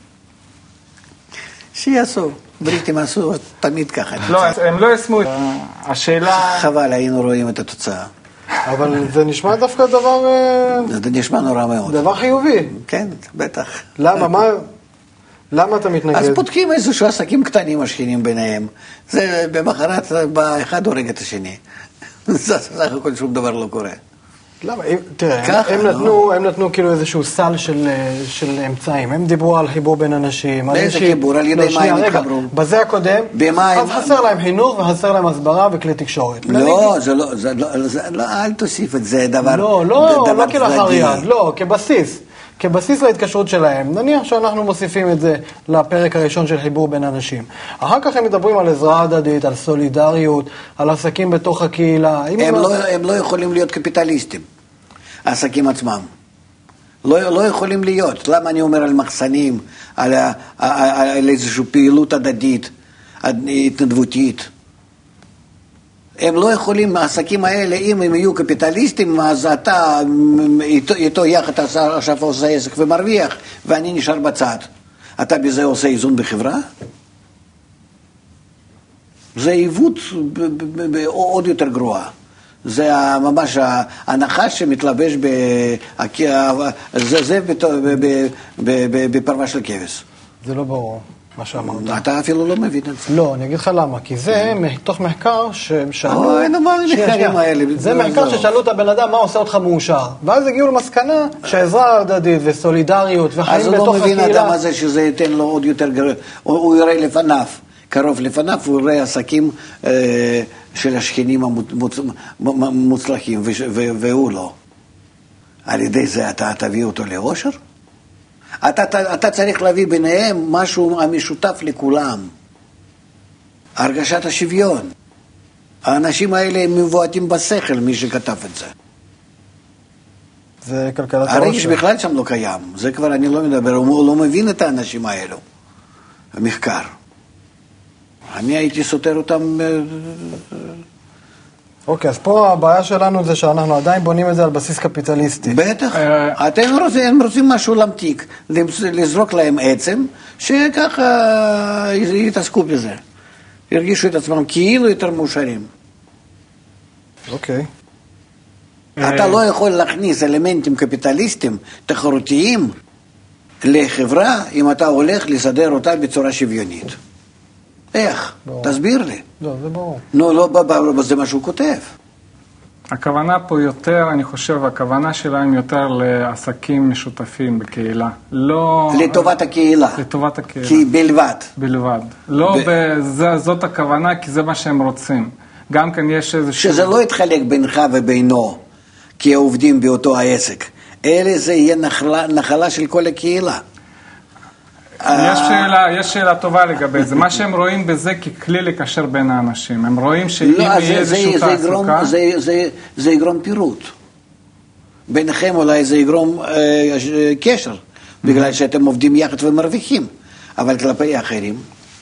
S2: שיעשו, בריטים עשו תמיד ככה.
S3: לא, הם לא ישמו, השאלה...
S2: חבל, היינו רואים את התוצאה.
S1: אבל זה נשמע דווקא דבר...
S2: זה נשמע נורא מאוד.
S1: דבר חיובי.
S2: כן, בטח.
S1: למה? למה אתה מתנגד?
S2: אז פותחים איזשהו עסקים קטנים השכנים ביניהם. זה במחרת אחד הורג את השני. סך הכל שום דבר לא קורה.
S1: למה? תראה, הם נתנו כאילו איזשהו סל של אמצעים. הם דיברו על חיבור בין אנשים.
S2: באיזה חיבור? על ידי מה הם התחברו?
S1: בזה הקודם, אז חסר להם חינוך וחסר להם הסברה וכלי תקשורת.
S2: לא, זה לא, אל תוסיף את זה דבר.
S1: לא כלאחר יד, לא, כבסיס. כבסיס להתקשרות שלהם. נניח שאנחנו מוסיפים את זה לפרק הראשון של חיבור בין אנשים. אחר כך הם מדברים על עזרה הדדית, על סולידריות, על עסקים בתוך הקהילה.
S2: הם לא יכולים להיות קפיטליסטים, העסקים עצמם. לא יכולים להיות. למה אני אומר על מחסנים, על איזושהי פעילות הדדית, התנדבותית? הם לא יכולים, העסקים האלה, אם הם יהיו קפיטליסטים, אז אתה איתו יחד עכשיו עושה עסק ומרוויח, ואני נשאר בצד. אתה בזה עושה איזון בחברה? זה עיוות עוד יותר גרוע. זה ממש ההנחה שמתלבש זה בפרווה של כבש.
S1: זה לא ברור, מה שאמרת.
S2: אתה אפילו לא מבין את זה.
S1: לא, אני אגיד לך למה. כי זה מתוך מחקר ששאלו... זה מחקר ששאלו את הבן אדם מה עושה אותך מאושר. ואז הגיעו למסקנה שהעזרה הדדית וסולידריות וחיים בתוך הקהילה...
S2: אז הוא לא מבין האדם הזה שזה ייתן לו עוד יותר גרוע. הוא יראה לפניו. קרוב לפניו, הוא רואה עסקים של השכנים המוצלחים, והוא לא. על ידי זה אתה תביא אותו לאושר? אתה צריך להביא ביניהם משהו המשותף לכולם. הרגשת השוויון. האנשים האלה הם מבועטים בשכל, מי שכתב את זה.
S1: זה כלכלת
S2: הרגש בכלל שם לא קיים. זה כבר אני לא מדבר, הוא לא מבין את האנשים האלו. המחקר. אני הייתי סותר אותם...
S1: אוקיי, אז פה הבעיה שלנו זה שאנחנו עדיין בונים את זה על בסיס קפיטליסטי.
S2: בטח. הם רוצים משהו למתיק, לזרוק להם עצם, שככה יתעסקו בזה. ירגישו את עצמם כאילו יותר מאושרים.
S1: אוקיי.
S2: אתה לא יכול להכניס אלמנטים קפיטליסטיים, תחרותיים, לחברה, אם אתה הולך לסדר אותה בצורה שוויונית. איך? תסביר לי.
S1: לא, זה ברור.
S2: לא, זה מה שהוא כותב.
S3: הכוונה פה יותר, אני חושב, הכוונה שלהם יותר לעסקים משותפים בקהילה. לא...
S2: לטובת הקהילה.
S3: לטובת הקהילה.
S2: כי בלבד.
S3: בלבד. לא זאת הכוונה, כי זה מה שהם רוצים. גם כאן יש איזשהו...
S2: שזה לא יתחלק בינך ובינו, כי העובדים באותו העסק. אלה זה יהיה נחלה של כל הקהילה.
S3: יש שאלה טובה לגבי זה. מה שהם רואים בזה ככלי לקשר בין האנשים. הם רואים שאם יהיה איזשהו תעסוקה...
S2: זה יגרום פירוט. ביניכם אולי זה יגרום קשר, בגלל שאתם עובדים יחד ומרוויחים. אבל כלפי האחרים...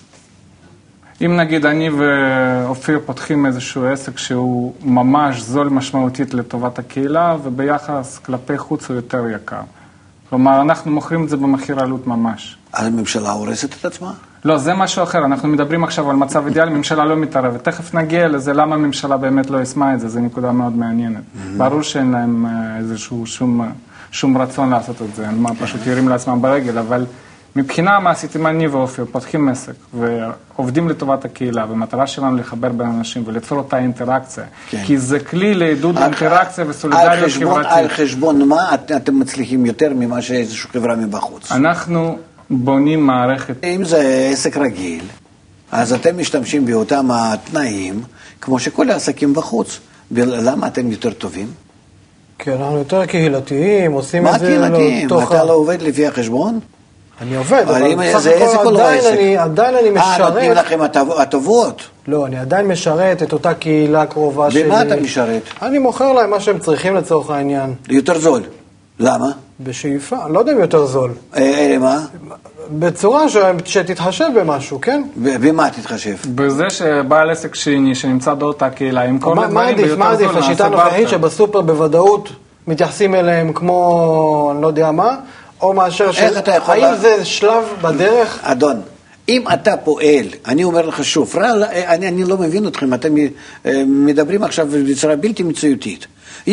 S3: אם נגיד אני ואופיר פותחים איזשהו עסק שהוא ממש זול משמעותית לטובת הקהילה, וביחס כלפי חוץ הוא יותר יקר. כלומר, אנחנו מוכרים את זה במחיר עלות ממש.
S2: הממשלה הורסת את עצמה?
S3: לא, זה משהו אחר. אנחנו מדברים עכשיו על מצב אידיאלי, ממשלה לא מתערבת. תכף נגיע לזה, למה הממשלה באמת לא ישמה את זה, זו נקודה מאוד מעניינת. ברור שאין להם איזשהו שום רצון לעשות את זה, הם פשוט יורים לעצמם ברגל, אבל מבחינה מעשית, אם אני ואופיר פותחים עסק ועובדים לטובת הקהילה, ומטרה שלנו לחבר בין אנשים וליצור אותה אינטראקציה, כי זה כלי לעידוד אינטראקציה וסולידריות חברתית.
S2: על חשבון מה אתם מצליחים יותר ממה שאיזושהי חברה מבחוץ?
S3: אנחנו בונים מערכת.
S2: אם זה עסק רגיל, אז אתם משתמשים באותם התנאים, כמו שכל העסקים בחוץ. למה אתם יותר טובים?
S1: כי אנחנו יותר קהילתיים, עושים את זה...
S2: מה קהילתיים? אתה לא עובד לפי החשבון?
S1: אני עובד, אבל
S2: בסך הכל
S1: עדיין אני משרת...
S2: נותנים לכם הטובות?
S1: לא, אני עדיין משרת את אותה קהילה קרובה שלי.
S2: במה אתה משרת?
S1: אני מוכר להם מה שהם צריכים לצורך העניין.
S2: יותר זול. למה?
S1: בשאיפה, לא יודע אם יותר זול.
S2: מה?
S1: בצורה שתתחשב במשהו, כן?
S2: במה תתחשב?
S3: בזה שבעל עסק שני שנמצא באותה קהילה, עם כל הדברים ביותר זול.
S1: מה עדיף? השיטה הנוכחית שבסופר בוודאות מתייחסים אליהם כמו, אני לא יודע מה, או מאשר האם זה שלב בדרך?
S2: אדון, אם אתה פועל, אני אומר לך שוב, אני לא מבין אתכם, אתם מדברים עכשיו בצורה בלתי מציאותית.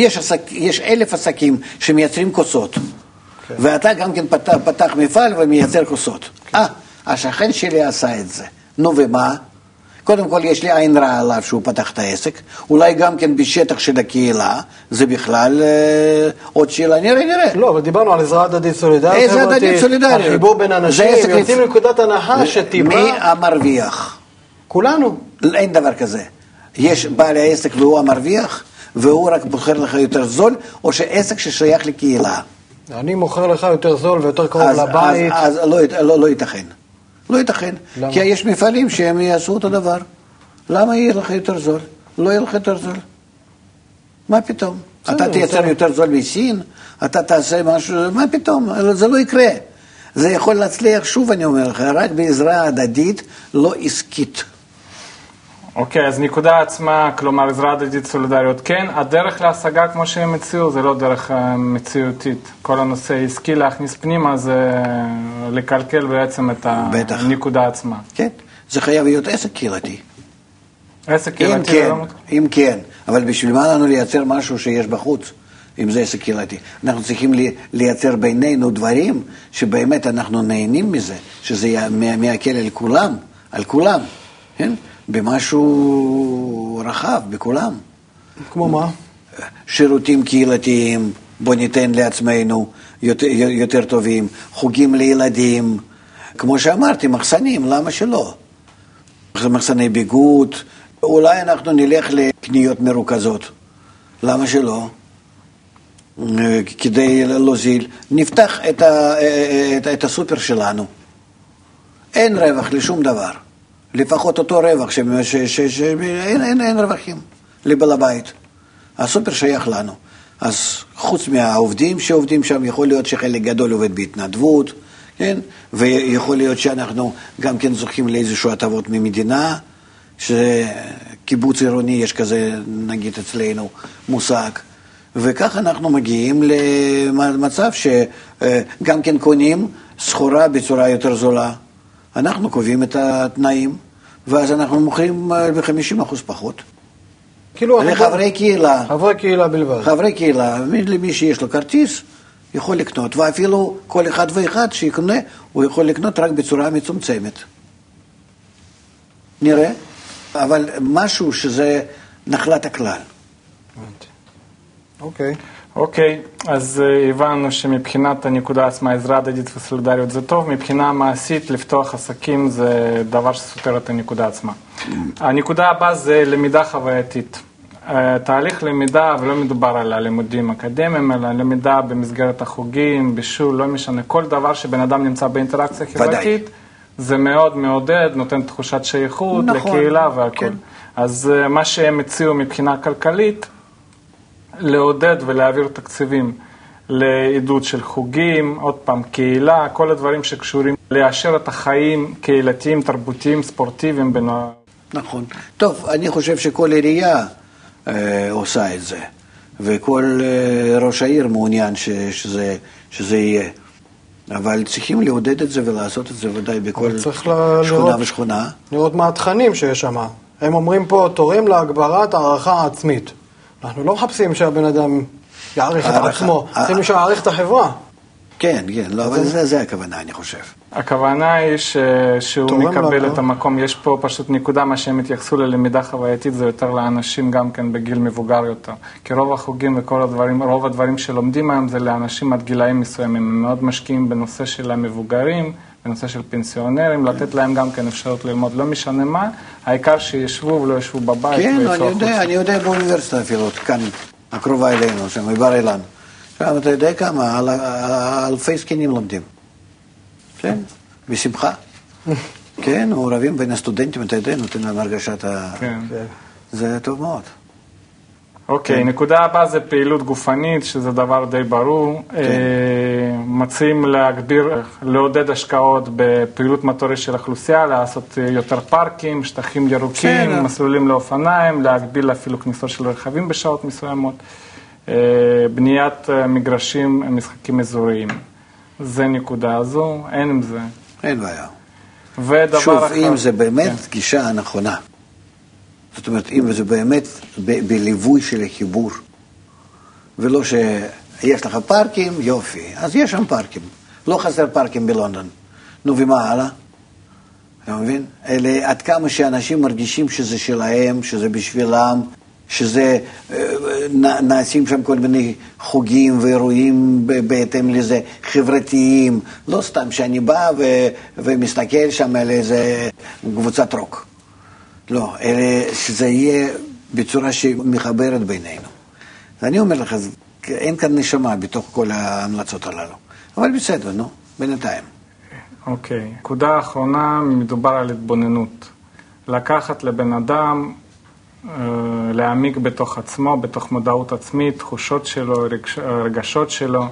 S2: יש 1,000 עסקים שמייצרים כוסות, ואתה גם כן פתח מפעל ומייצר כוסות. השכן שלי עשה את זה. נו ומה? קודם כל יש לי עין רע עליו שהוא פתח את העסק, אולי גם כן בשטח של הקהילה, זה בכלל עוד שאלה, נראה.
S1: לא, אבל דיברנו על עזרה הדדית סולידרית.
S2: איזה הדדית סולידרית?
S1: החיבור בין אנשים, יוצאים לנקודת הנחה שטיפה...
S2: מי המרוויח?
S1: כולנו.
S2: אין דבר כזה. יש בעל העסק והוא המרוויח, והוא רק בוחר לך יותר זול, או שעסק ששייך לקהילה.
S1: אני מוכר לך יותר זול ויותר קרוב לבית.
S2: אז לא ייתכן. לא ייתכן, כי יש מפעלים שהם יעשו אותו דבר. למה יהיה לך יותר זול? לא יהיה לך יותר זול. מה פתאום? אתה תייצר יותר זול מסין, אתה תעשה משהו, מה פתאום? זה לא יקרה. זה יכול להצליח, שוב אני אומר לך, רק בעזרה הדדית, לא עסקית.
S3: אוקיי, אז נקודה עצמה, כלומר עזרה הדדית סולידריות, כן, הדרך להשגה כמו שהם הציעו, זה לא דרך מציאותית. כל הנושא עסקי להכניס פנימה, זה לקלקל בעצם את הנקודה עצמה.
S2: כן, זה חייב להיות עסק קהילתי.
S3: עסק קהילתי?
S2: אם כן, אבל בשביל מה לנו לייצר משהו שיש בחוץ, אם זה עסק קהילתי? אנחנו צריכים לייצר בינינו דברים שבאמת אנחנו נהנים מזה, שזה מהקל על כולם, כן? במשהו רחב, בכולם.
S1: כמו מה?
S2: שירותים קהילתיים, בוא ניתן לעצמנו יותר טובים, חוגים לילדים, כמו שאמרתי, מחסנים, למה שלא? מחסני ביגוד, אולי אנחנו נלך לקניות מרוכזות, למה שלא? כדי להוזיל, נפתח את הסופר שלנו. אין רווח לשום דבר. לפחות אותו רווח, אין רווחים לבעל הבית. הסופר שייך לנו. אז חוץ מהעובדים שעובדים שם, יכול להיות שחלק גדול עובד בהתנדבות, כן? ויכול להיות שאנחנו גם כן זוכים לאיזשהו הטבות ממדינה, שקיבוץ עירוני יש כזה, נגיד אצלנו, מושג. וכך אנחנו מגיעים למצב שגם כן קונים סחורה בצורה יותר זולה. אנחנו קובעים את התנאים, ואז אנחנו מוכרים ב-50% פחות.
S1: כאילו
S2: לחברי קהילה.
S1: חברי קהילה בלבד.
S2: חברי קהילה, למי שיש לו כרטיס, יכול לקנות, ואפילו כל אחד ואחד שיקנה, הוא יכול לקנות רק בצורה מצומצמת. נראה, אבל משהו שזה נחלת הכלל.
S1: אוקיי.
S3: אוקיי, אז הבנו שמבחינת הנקודה עצמה, עזרה הדדית וסולידריות זה טוב, מבחינה מעשית לפתוח עסקים זה דבר שסותר את הנקודה עצמה. הנקודה הבאה זה למידה חווייתית. תהליך למידה, ולא מדובר על הלימודים אקדמיים, אלא למידה במסגרת החוגים, בישול, לא משנה, כל דבר שבן אדם נמצא באינטראקציה חברתית, זה מאוד מעודד, נותן תחושת שייכות לקהילה והכל. כן. אז מה שהם הציעו מבחינה כלכלית, לעודד ולהעביר תקציבים לעידוד של חוגים, עוד פעם קהילה, כל הדברים שקשורים לאשר את החיים קהילתיים, תרבותיים, ספורטיביים בנוער.
S2: נכון. טוב, אני חושב שכל עירייה עושה את זה, וכל ראש העיר מעוניין שזה יהיה. אבל צריכים לעודד את זה ולעשות את זה ודאי בכל שכונה ושכונה.
S1: לראות מה התכנים שיש שם. הם אומרים פה, תורם להגברת הערכה העצמית. אנחנו לא מחפשים שהבן אדם יעריך את עצמו, צריכים שיעריך את החברה.
S2: כן, כן, לא, אבל זה הכוונה, אני חושב.
S3: הכוונה היא שהוא מקבל את המקום, יש פה פשוט נקודה, מה שהם התייחסו ללמידה חווייתית, זה יותר לאנשים גם כן בגיל מבוגר יותר. כי רוב החוגים וכל הדברים, רוב הדברים שלומדים היום זה לאנשים עד גילאים מסוימים, הם מאוד משקיעים בנושא של המבוגרים, בנושא של פנסיונרים, לתת להם גם כן אפשרות ללמוד, לא משנה מה, העיקר שישבו ולא ישבו בבית.
S2: כן, אני יודע באוניברסיטה אפילו, כאן, הקרובה אלינו, שם, מבר אילן. שם אתה יודע כמה, אלפי זקנים לומדים. כן, בשמחה. כן, מעורבים בין הסטודנטים, אתה יודע, נותן להם הרגשת
S3: כן.
S2: זה טוב מאוד.
S3: אוקיי, נקודה הבאה זה פעילות גופנית, שזה דבר די ברור. מציעים להגביר, לעודד השקעות בפעילות מוטורית של האוכלוסייה, לעשות יותר פארקים, שטחים ירוקים, מסלולים לאופניים, להגביל אפילו כניסות של רכבים בשעות מסוימות, בניית מגרשים, משחקים אזוריים. זה נקודה הזו, אין עם זה.
S2: אין בעיה. שוב, אם זה באמת גישה נכונה. זאת אומרת, אם זה באמת בליווי של החיבור, ולא שיש לך פארקים, יופי, אז יש שם פארקים. לא חסר פארקים בלונדון. נו, ומה הלאה? אתה מבין? אלה עד כמה שאנשים מרגישים שזה שלהם, שזה בשבילם, שזה נעשים שם כל מיני חוגים ואירועים בהתאם לזה, חברתיים, לא סתם שאני בא ומסתכל שם על איזה קבוצת רוק. לא, אלא שזה יהיה בצורה שמחברת בינינו. ואני אומר לך, אין כאן נשמה בתוך כל ההמלצות הללו. אבל בסדר, נו, בינתיים.
S3: אוקיי. נקודה האחרונה, מדובר על התבוננות. לקחת לבן אדם להעמיק בתוך עצמו, בתוך מודעות עצמית, תחושות שלו, רגשות שלו,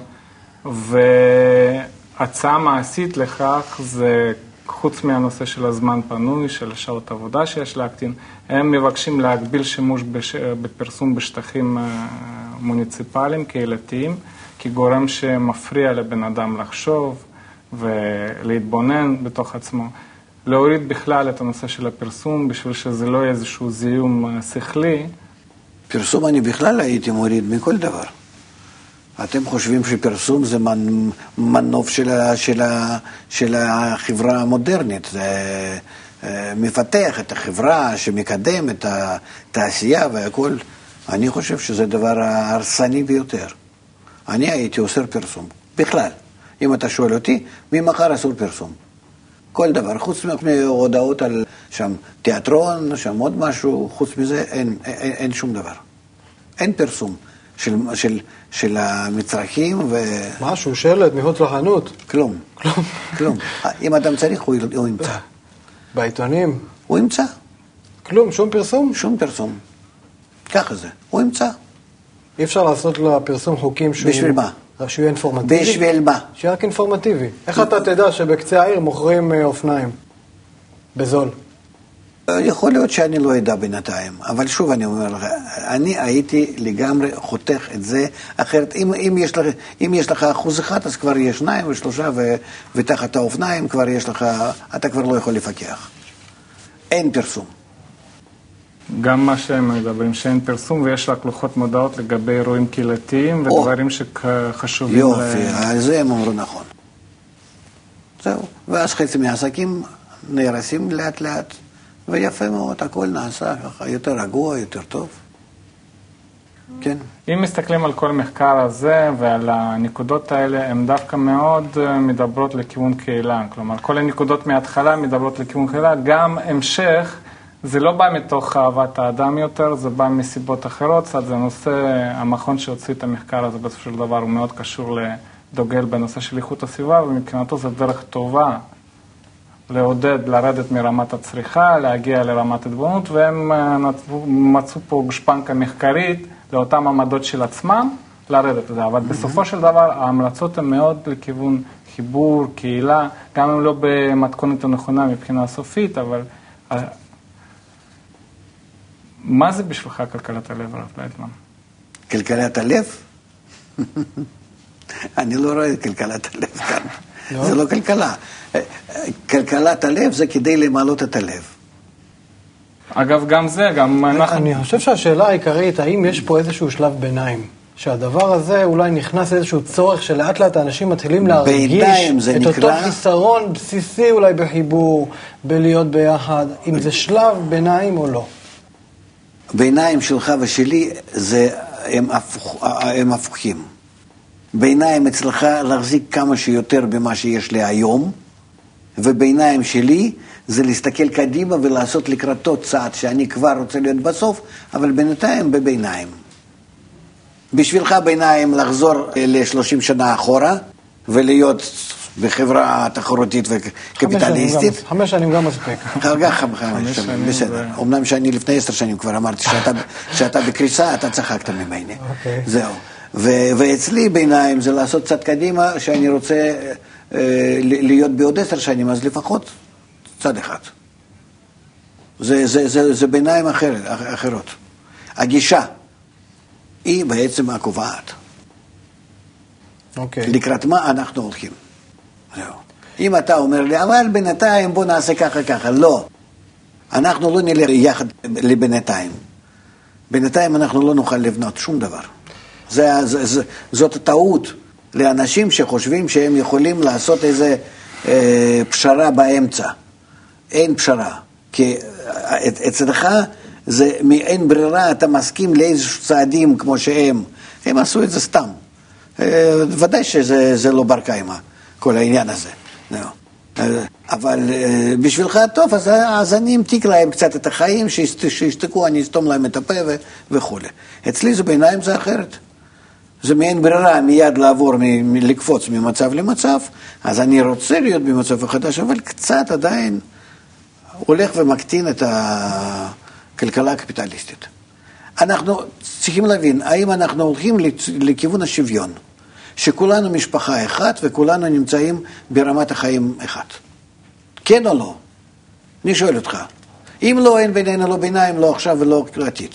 S3: והצעה מעשית לכך זה, חוץ מהנושא של הזמן פנוי, של שעות עבודה שיש להקטין, הם מבקשים להגביל שימוש בפרסום בשטחים מוניציפליים, קהילתיים, כגורם שמפריע לבן אדם לחשוב ולהתבונן בתוך עצמו. להוריד בכלל את הנושא של הפרסום, בשביל שזה לא יהיה איזשהו זיהום שכלי.
S2: פרסום אני בכלל הייתי מוריד מכל דבר. אתם חושבים שפרסום זה מנוף של החברה המודרנית, זה מפתח את החברה שמקדם את התעשייה והכל. אני חושב שזה דבר הרסני ביותר. אני הייתי אוסר פרסום, בכלל. אם אתה שואל אותי, ממחר אסור פרסום. כל דבר, חוץ מהודעות על שם תיאטרון, שם עוד משהו, חוץ מזה אין שום דבר. אין פרסום של המצרכים
S1: משהו, שלט, מחוץ לחנות.
S2: כלום. כלום. אם אדם צריך, הוא ימצא.
S1: בעיתונים?
S2: הוא ימצא.
S1: כלום, שום פרסום?
S2: שום פרסום. ככה זה, הוא ימצא.
S1: אי אפשר לעשות לפרסום חוקים שהוא...
S2: בשביל מה?
S1: שהוא אינפורמטיבי?
S2: בשביל מה?
S1: שיהיה רק אינפורמטיבי. איך אתה תדע שבקצה העיר מוכרים אופניים? בזול.
S2: יכול להיות שאני לא אדע בינתיים, אבל שוב אני אומר לך, אני הייתי לגמרי חותך את זה, אחרת אם יש לך 1%, אז כבר יהיה 2 ו3, ותחת האופניים כבר יש לך, אתה כבר לא יכול לפקח. אין פרסום.
S3: גם מה שהם מדברים, שאין פרסום ויש רק לוחות מודעות לגבי אירועים קהילתיים ודברים שחשובים
S2: יופי, על זה הם אמרו נכון. זהו, ואז חצי מהעסקים נהרסים לאט לאט, ויפה מאוד, הכל נעשה ככה, יותר רגוע, יותר טוב. כן.
S3: אם מסתכלים על כל מחקר הזה ועל הנקודות האלה, הן דווקא מאוד מדברות לכיוון קהילה. כלומר, כל הנקודות מההתחלה מדברות לכיוון קהילה, גם המשך, זה לא בא מתוך אהבת האדם יותר, זה בא מסיבות אחרות. זה נושא, המכון שהוציא את המחקר הזה בסופו של דבר, הוא מאוד קשור לדוגל בנושא של איכות הסביבה, ומבחינתו זה דרך טובה לעודד, לרדת מרמת הצריכה, להגיע לרמת התבוננות, והם מצאו פה גושפנקה מחקרית לאותם עמדות של עצמם, לרדת את זה. אבל בסופו של דבר, ההמלצות הן מאוד לכיוון חיבור, קהילה, גם אם לא במתכונת הנכונה מבחינה סופית, אבל מה זה בשבילך כלכלת הלב, הרב לייטמן?
S2: כלכלת הלב? אני לא רואה את כלכלת הלב כאן. זה לא כלכלה. כלכלת הלב זה כדי למעלות את הלב.
S3: אגב, גם זה, גם אנחנו...
S1: אני חושב שהשאלה העיקרית, האם יש פה איזשהו שלב ביניים? שהדבר הזה אולי נכנס איזשהו צורך שלאט לאט האנשים מתחילים להרגיש את אותו חיסרון בסיסי אולי בחיבור, בלהיות ביחד, אם זה שלב ביניים או לא.
S2: ביניים שלך ושלי הם הפוכים. ביניים אצלך להחזיק כמה שיותר במה שיש לי היום, וביניים שלי זה להסתכל קדימה ולעשות לקראתו צעד שאני כבר רוצה להיות בסוף, אבל בינתיים בביניים. בשבילך ביניים לחזור ל-30 שנה אחורה, ולהיות בחברה תחרותית וקפיטליסטית.
S1: 5 שנים גם מספיק.
S2: כרגע 5 שנים, בסדר. אמנם שאני לפני 10 שנים כבר אמרתי שאתה בקריסה, אתה צחקת ממני. זהו. ואצלי ביניים זה לעשות צד קדימה, שאני רוצה להיות בעוד 10 שנים, אז לפחות צד אחד. זה ביניים אחרות. הגישה היא בעצם הקובעת. לקראת מה אנחנו הולכים. אם אתה אומר לי, אבל בינתיים בוא נעשה ככה, לא. אנחנו לא נלך יחד לבינתיים. בינתיים אנחנו לא נוכל לבנות שום דבר. זאת טעות לאנשים שחושבים שהם יכולים לעשות איזה פשרה באמצע. אין פשרה. כי אצלך זה מאין ברירה, אתה מסכים לאיזשהו צעדים כמו שהם. הם עשו את זה סתם. ודאי שזה לא בר קיימא, כל העניין הזה. אבל בשבילך טוב, אז אני אמתיק להם קצת את החיים, שישתקו, אני אסתום להם את הפה וכו'. אצלי זה ביניים זה אחרת. זה מעין ברירה מיד לעבור, לקפוץ ממצב למצב, אז אני רוצה להיות במצב החדש, אבל קצת עדיין הולך ומקטין את כלכלה קפיטליסטית. אנחנו צריכים להבין, האם אנחנו הולכים לכיוון השוויון, שכולנו משפחה אחת וכולנו נמצאים ברמת החיים אחת. כן או לא? אני שואל אותך. אם לא, אין בינינו לא ביניים, לא עכשיו ולא עתיד.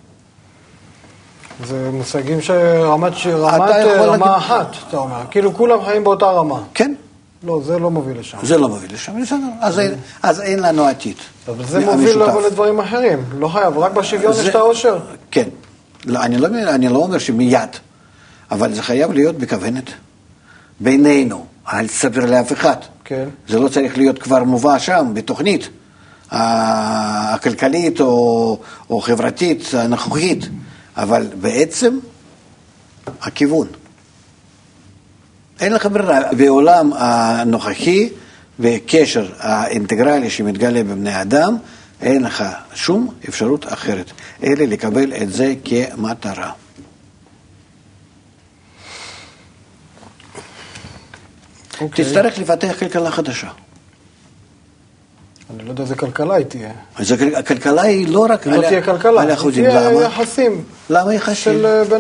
S1: זה מושגים רמה אחת, אתה אומר. כאילו כולם חיים באותה רמה.
S2: כן.
S1: לא, זה לא מוביל לשם.
S2: זה לא מוביל לשם, אז אין לנו עתיד.
S1: אבל זה מוביל לדברים אחרים. לא חייב, רק בשוויון יש את העושר.
S2: כן. אני לא אומר שמיד, אבל זה חייב להיות בכוונת. בינינו, אל תספר לאף אחד.
S1: כן.
S2: זה לא צריך להיות כבר מובא שם, בתוכנית הכלכלית או חברתית הנוכחית, אבל בעצם הכיוון. אין לך ברירה. בעולם הנוכחי וקשר האינטגרלי שמתגלה בבני אדם, אין לך שום אפשרות אחרת, אלא לקבל את זה כמטרה. תצטרך לפתח כלכלה חדשה.
S1: אני לא יודע איזה כלכלה היא תהיה.
S2: אז הכלכלה היא לא רק
S1: לא תהיה כלכלה,
S2: על אחוזים.
S1: תהיה יחסים.
S2: למה יחסים?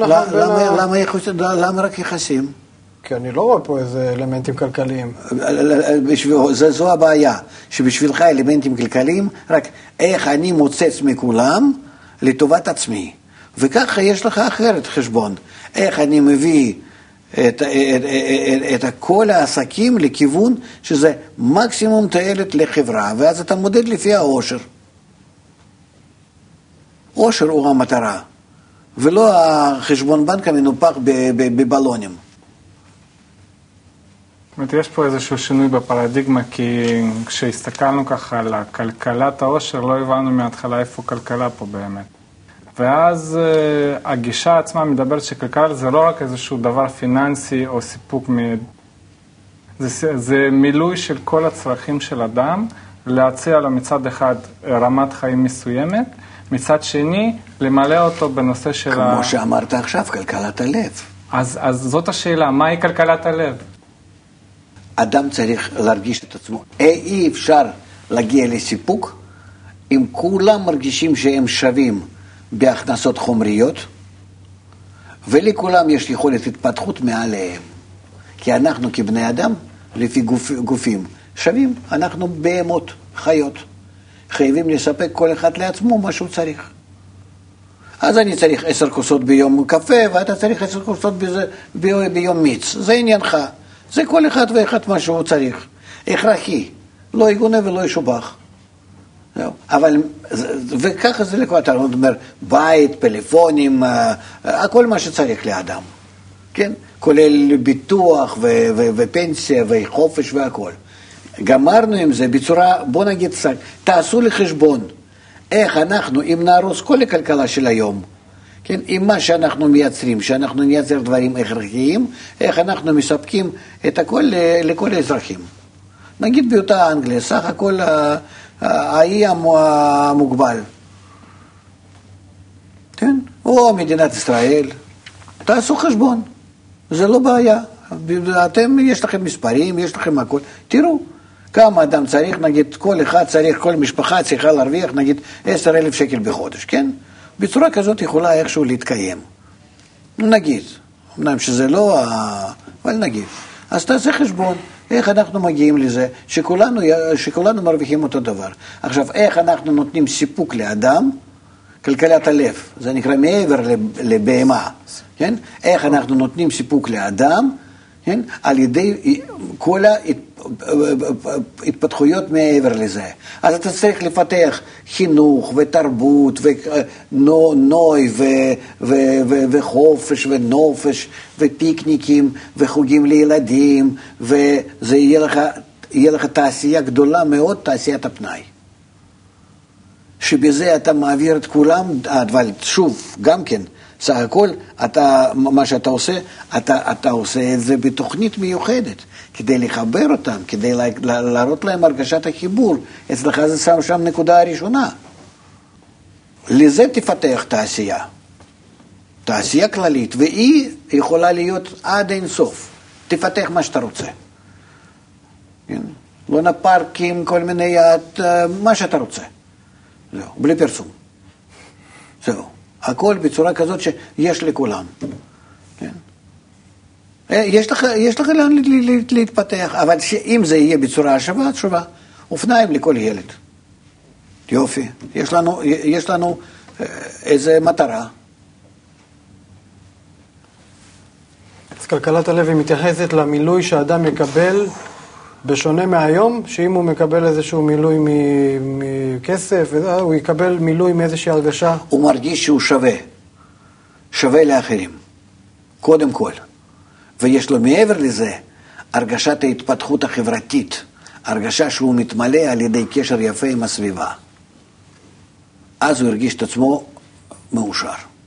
S2: למה רק יחסים?
S1: כי אני לא רואה פה איזה אלמנטים כלכליים.
S2: זו הבעיה, שבשבילך אלמנטים כלכליים, רק איך אני מוצץ מכולם לטובת עצמי. וככה יש לך אחרת חשבון. איך אני מביא את כל העסקים לכיוון שזה מקסימום תועלת לחברה, ואז אתה מודד לפי העושר. עושר הוא המטרה, ולא החשבון בנק המנופח בבלונים.
S3: יש פה איזשהו שינוי בפרדיגמה, כי כשהסתכלנו ככה על כלכלת העושר, לא הבנו מההתחלה איפה כלכלה פה באמת. ואז הגישה עצמה מדברת שכלכלה זה לא רק איזשהו דבר פיננסי או סיפוק זה מילוי של כל הצרכים של אדם, להציע לו מצד אחד רמת חיים מסוימת, מצד שני למלא אותו בנושא של
S2: כמו שאמרת עכשיו, כלכלת הלב.
S3: אז זאת השאלה, מהי כלכלת הלב?
S2: אדם צריך להרגיש את עצמו. אי אפשר להגיע לסיפוק אם כולם מרגישים שהם שווים בהכנסות חומריות, ולכולם יש יכולת התפתחות מעליהם. כי אנחנו כבני אדם, לפי גופים, שווים, אנחנו בהמות, חיות. חייבים לספק כל אחד לעצמו מה שהוא צריך. אז אני צריך 10 כוסות ביום קפה, ואתה צריך 10 כוסות ביום מיץ. זה עניינך. זה כל אחד ואחד מה שהוא צריך. הכרחי. לא יגונה ולא ישובח. אבל, וככה זה לכל, אתה אומר, בית, פלאפונים, הכל מה שצריך לאדם, כן? כולל ביטוח ופנסיה וחופש והכל. גמרנו עם זה בצורה, בוא נגיד, תעשו לי חשבון, איך אנחנו, אם נהרוס כל הכלכלה של היום, כן? עם מה שאנחנו מייצרים, שאנחנו נייצר דברים הכרחיים, איך אנחנו מספקים את הכל לכל האזרחים. נגיד באותה אנגליה, סך הכל האי המוגבל, כן? או מדינת ישראל, תעשו חשבון, זה לא בעיה. אתם, יש לכם מספרים, יש לכם הכל, תראו כמה אדם צריך, נגיד כל אחד צריך, כל משפחה צריכה להרוויח נגיד 10,000 שקל בחודש, כן? בצורה כזאת יכולה איכשהו להתקיים, נגיד, אמנם שזה לא, אבל נגיד, אז תעשה חשבון איך אנחנו מגיעים לזה שכולנו מרוויחים אותו דבר. עכשיו, איך אנחנו נותנים סיפוק לאדם, כלכלת הלב, זה נקרא מעבר לבהמה, כן? איך אנחנו נותנים סיפוק לאדם, כן? על ידי כל ההתפתחויות מעבר לזה. אז אתה צריך לפתח חינוך ותרבות ונוי וחופש ונופש ופיקניקים וחוגים לילדים, וזה יהיה לך תעשייה גדולה מאוד, תעשיית הפנאי. שבזה אתה מעביר את כולם, אבל שוב, גם כן, סך הכל, מה שאתה עושה, אתה עושה את זה בתוכנית מיוחדת, כדי לחבר אותם, כדי להראות להם הרגשת החיבור. אצלך זה שם נקודה הראשונה. לזה תפתח תעשייה. תעשייה כללית, והיא יכולה להיות עד אין סוף. תפתח מה שאתה רוצה. לא נפארקים, כל מיני, מה שאתה רוצה. זהו, בלי פרסום. זהו. הכל בצורה כזאת שיש לכולם. כן? יש לך לאן להתפתח, אבל אם זה יהיה בצורה השווה, תשובה, אופניים לכל ילד. יופי. יש לנו איזה מטרה.
S1: אז כלכלת הלב היא מתייחסת למילוי שאדם יקבל בשונה מהיום, שאם הוא מקבל איזשהו מילוי מכסף, הוא יקבל מילוי מאיזושהי הרגשה.
S2: הוא מרגיש שהוא שווה לאחרים, קודם כל. ויש לו מעבר לזה הרגשת ההתפתחות החברתית, הרגשה שהוא מתמלא על ידי קשר יפה עם הסביבה. אז הוא הרגיש את עצמו מאושר.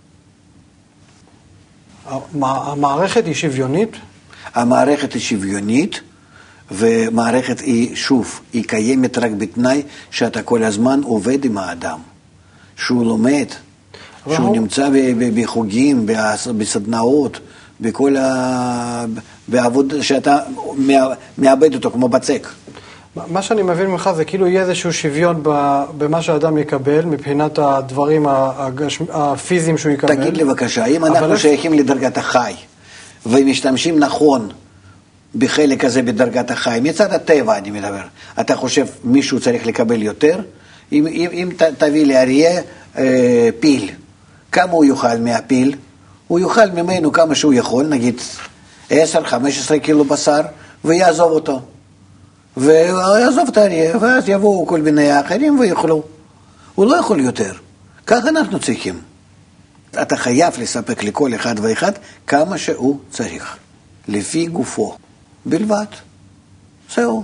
S1: המערכת היא שוויונית?
S2: המערכת היא שוויונית, ומערכת היא, שוב, היא קיימת רק בתנאי שאתה כל הזמן עובד עם האדם. שהוא לומד, שהוא נמצא בחוגים, בסדנאות, בכל בעבודה שאתה מאבד אותו כמו בצק.
S1: מה שאני מבין ממך זה כאילו יהיה איזשהו שוויון במה שאדם יקבל, מבחינת הדברים הפיזיים שהוא יקבל.
S2: תגיד לי בבקשה, אם אנחנו שייכים לדרגת החי, ומשתמשים נכון בחלק הזה בדרגת החי, מצד הטבע אני מדבר, אתה חושב מישהו צריך לקבל יותר? אם תביא לאריה פיל, כמה הוא יאכל מהפיל? הוא יאכל ממנו כמה שהוא יכול, נגיד 10-15 קילו בשר, ויעזוב אותו. ויעזוב את האריה, ואז יבואו כל מיני אחרים ויאכלו. הוא לא יכול יותר. כך אנחנו צריכים. אתה חייב לספק לכל אחד ואחד כמה שהוא צריך. לפי גופו. בלבד. זהו.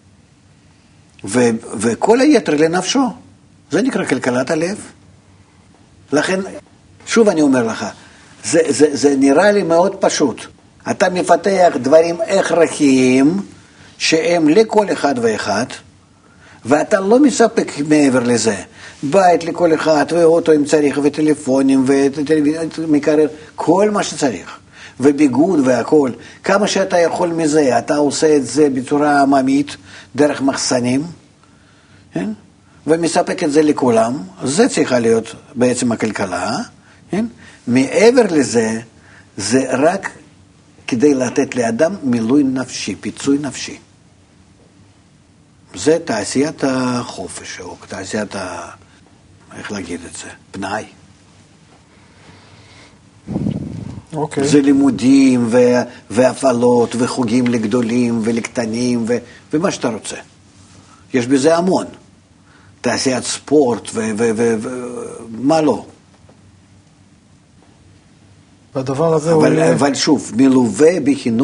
S2: וכל היתר לנפשו. זה נקרא כלכלת הלב. לכן, שוב אני אומר לך, זה נראה לי מאוד פשוט. אתה מפתח דברים הכרחיים שהם לכל אחד ואחד, ואתה לא מספק מעבר לזה. בית לכל אחד, ואוטו אם צריך, וטלפונים, ומקרר, כל מה שצריך. וביגוד והכל. כמה שאתה יכול מזה, אתה עושה את זה בצורה עממית, דרך מחסנים, כן? ומספק את זה לכולם. זה צריכה להיות בעצם הכלכלה. כן? מעבר לזה, זה רק כדי לתת לאדם מילוי נפשי, פיצוי נפשי. זה תעשיית החופש, או תעשיית איך להגיד את זה? פנאי.
S1: אוקיי.
S2: זה לימודים והפעלות וחוגים לגדולים ולקטנים ומה שאתה רוצה. יש בזה המון. תעשיית ספורט ומה לא.
S1: והדבר הזה
S2: אבל שוב, מלווה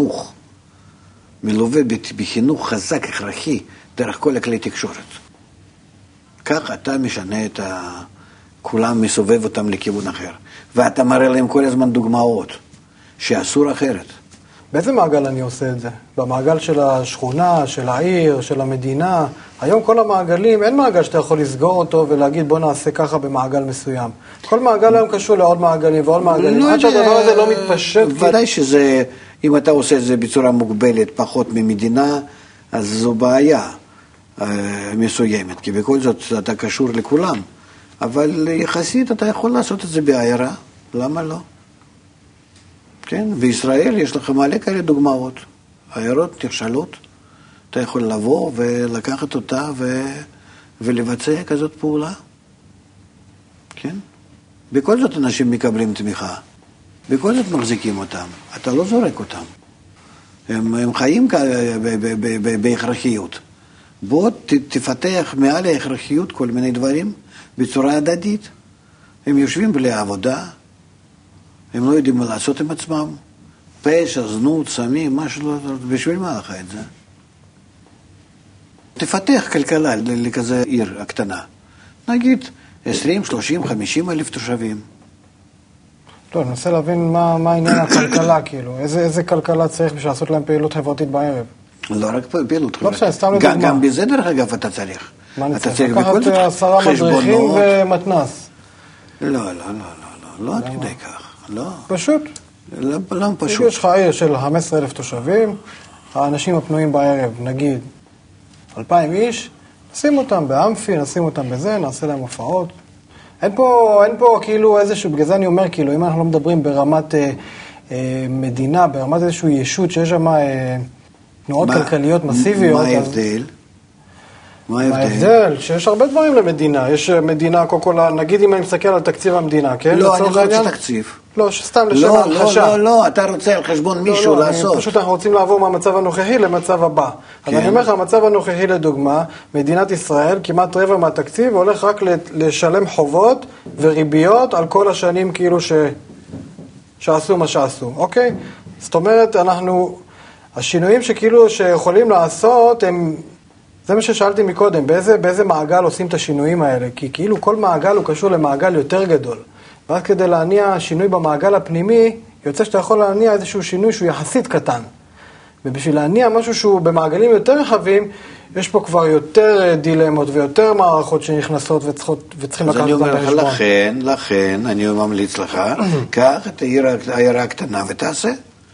S2: בחינוך חזק, הכרחי, דרך כל הכלי תקשורת. כך אתה משנה את כולם מסובב אותם לכיוון אחר. ואתה מראה להם כל הזמן דוגמאות, שאסור אחרת.
S1: באיזה מעגל אני עושה את זה? במעגל של השכונה, של העיר, של המדינה? היום כל המעגלים, אין מעגל שאתה יכול לסגור אותו ולהגיד בוא נעשה ככה במעגל מסוים. כל מעגל היום קשור לעוד מעגלים ועוד מעגלים. עד שהדבר הזה לא מתפשט.
S2: ודאי שזה, אם אתה עושה את זה בצורה מוגבלת פחות ממדינה, אז זו בעיה מסוימת, כי בכל זאת אתה קשור לכולם. אבל יחסית אתה יכול לעשות את זה בעיירה, למה לא? כן, בישראל יש לך מלא כאלה דוגמאות, עיירות נכשלות, אתה יכול לבוא ולקחת אותה ולבצע כזאת פעולה, כן? בכל זאת אנשים מקבלים תמיכה, בכל זאת מחזיקים אותם, אתה לא זורק אותם, הם חיים בהכרחיות. בוא תפתח מעל ההכרחיות כל מיני דברים בצורה הדדית. הם יושבים בלי עבודה, הם לא יודעים מה לעשות עם עצמם, פשע, זנות, סמים, משהו, בשביל מה לך את זה? תפתח כלכלה לכזה עיר הקטנה. נגיד 20, 30, 50 אלף תושבים.
S1: לא, אני מנסה להבין מה עניין הכלכלה, כאילו. איזה כלכלה צריך בשביל לעשות להם פעילות חברתית בערב?
S2: לא רק פעילות חברתית.
S1: לא משנה, סתם לדוגמה.
S2: גם בזה דרך אגב אתה צריך.
S1: מה אני צריך? לקחת 10 מדריכים ומתנס.
S2: לא, עד כדי כך. לא.
S1: פשוט.
S2: לא פשוט.
S1: יש לך עיר של 15,000 תושבים, האנשים הפנויים בערב, נגיד 2,000 איש, נשים אותם באמפי, נשים אותם בזה, נעשה להם הופעות. אין פה כאילו איזשהו, בגלל זה אני אומר, כאילו, אם אנחנו לא מדברים ברמת מדינה, ברמת איזשהו ישות שיש שם תנועות כלכליות מסיביות.
S2: מה ההבדל?
S1: מה ההבדל? שיש הרבה דברים למדינה. יש מדינה, נגיד אם אני מסתכל על תקציב המדינה, כן?
S2: לא, אני לא רוצה תקציב.
S1: לא, סתם לשם ההמחשה.
S2: לא, אתה רוצה על חשבון מישהו לעשות.
S1: פשוט אנחנו רוצים לעבור מהמצב הנוכחי למצב הבא. אז אני אומר לך, המצב הנוכחי לדוגמה, מדינת ישראל, כמעט רבע מהתקציב, הולך רק לשלם חובות וריביות על כל השנים כאילו שעשו מה שעשו, אוקיי? זאת אומרת, השינויים שכאילו שיכולים לעשות הם... זה מה ששאלתי מקודם, באיזה מעגל עושים את השינויים האלה? כי כאילו כל מעגל הוא קשור למעגל יותר גדול. ואז כדי להניע שינוי במעגל הפנימי, יוצא שאתה יכול להניע איזשהו שינוי שהוא יחסית קטן. ובשביל להניע משהו שהוא במעגלים יותר רחבים, יש פה כבר יותר דילמות ויותר מערכות שנכנסות וצריכים לקחת אותם בחשבון.
S2: אז אני אומר לך, לכן, אני ממליץ לך, קח את העיירה הקטנה ותעשה.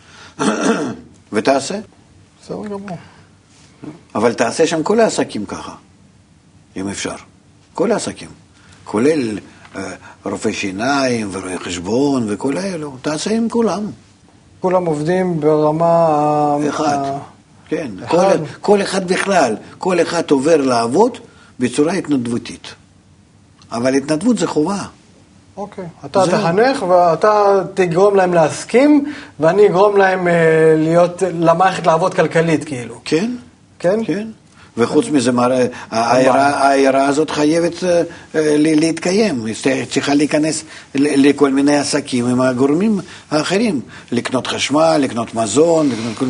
S2: ותעשה.
S1: בסדר גמור.
S2: אבל תעשה שם כל העסקים ככה, אם אפשר. כל העסקים. כולל רופאי שיניים ורואי חשבון וכל האלו. תעשה עם כולם.
S1: כולם עובדים ברמה...
S2: אחד. כן. כל אחד בכלל. כל אחד עובר לעבוד בצורה התנדבותית. אבל התנדבות זה חובה.
S1: אוקיי. אתה תחנך ואתה תגרום להם להסכים, ואני אגרום להם למערכת לעבוד כלכלית כאילו.
S2: כן.
S1: כן?
S2: כן. וחוץ מזה, העיירה הזאת חייבת להתקיים. צריכה להיכנס לכל מיני עסקים עם הגורמים האחרים. לקנות חשמל, לקנות מזון,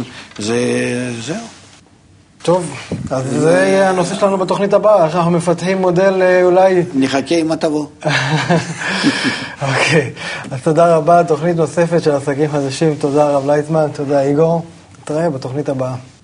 S2: זהו.
S1: טוב, אז זה יהיה הנושא שלנו בתוכנית הבאה, איך אנחנו מפתחים מודל אולי...
S2: נחכה עם תבוא.
S1: אוקיי, אז תודה רבה, תוכנית נוספת של עסקים חדשים, תודה רב לייטמן, תודה איגור, נתראה בתוכנית הבאה.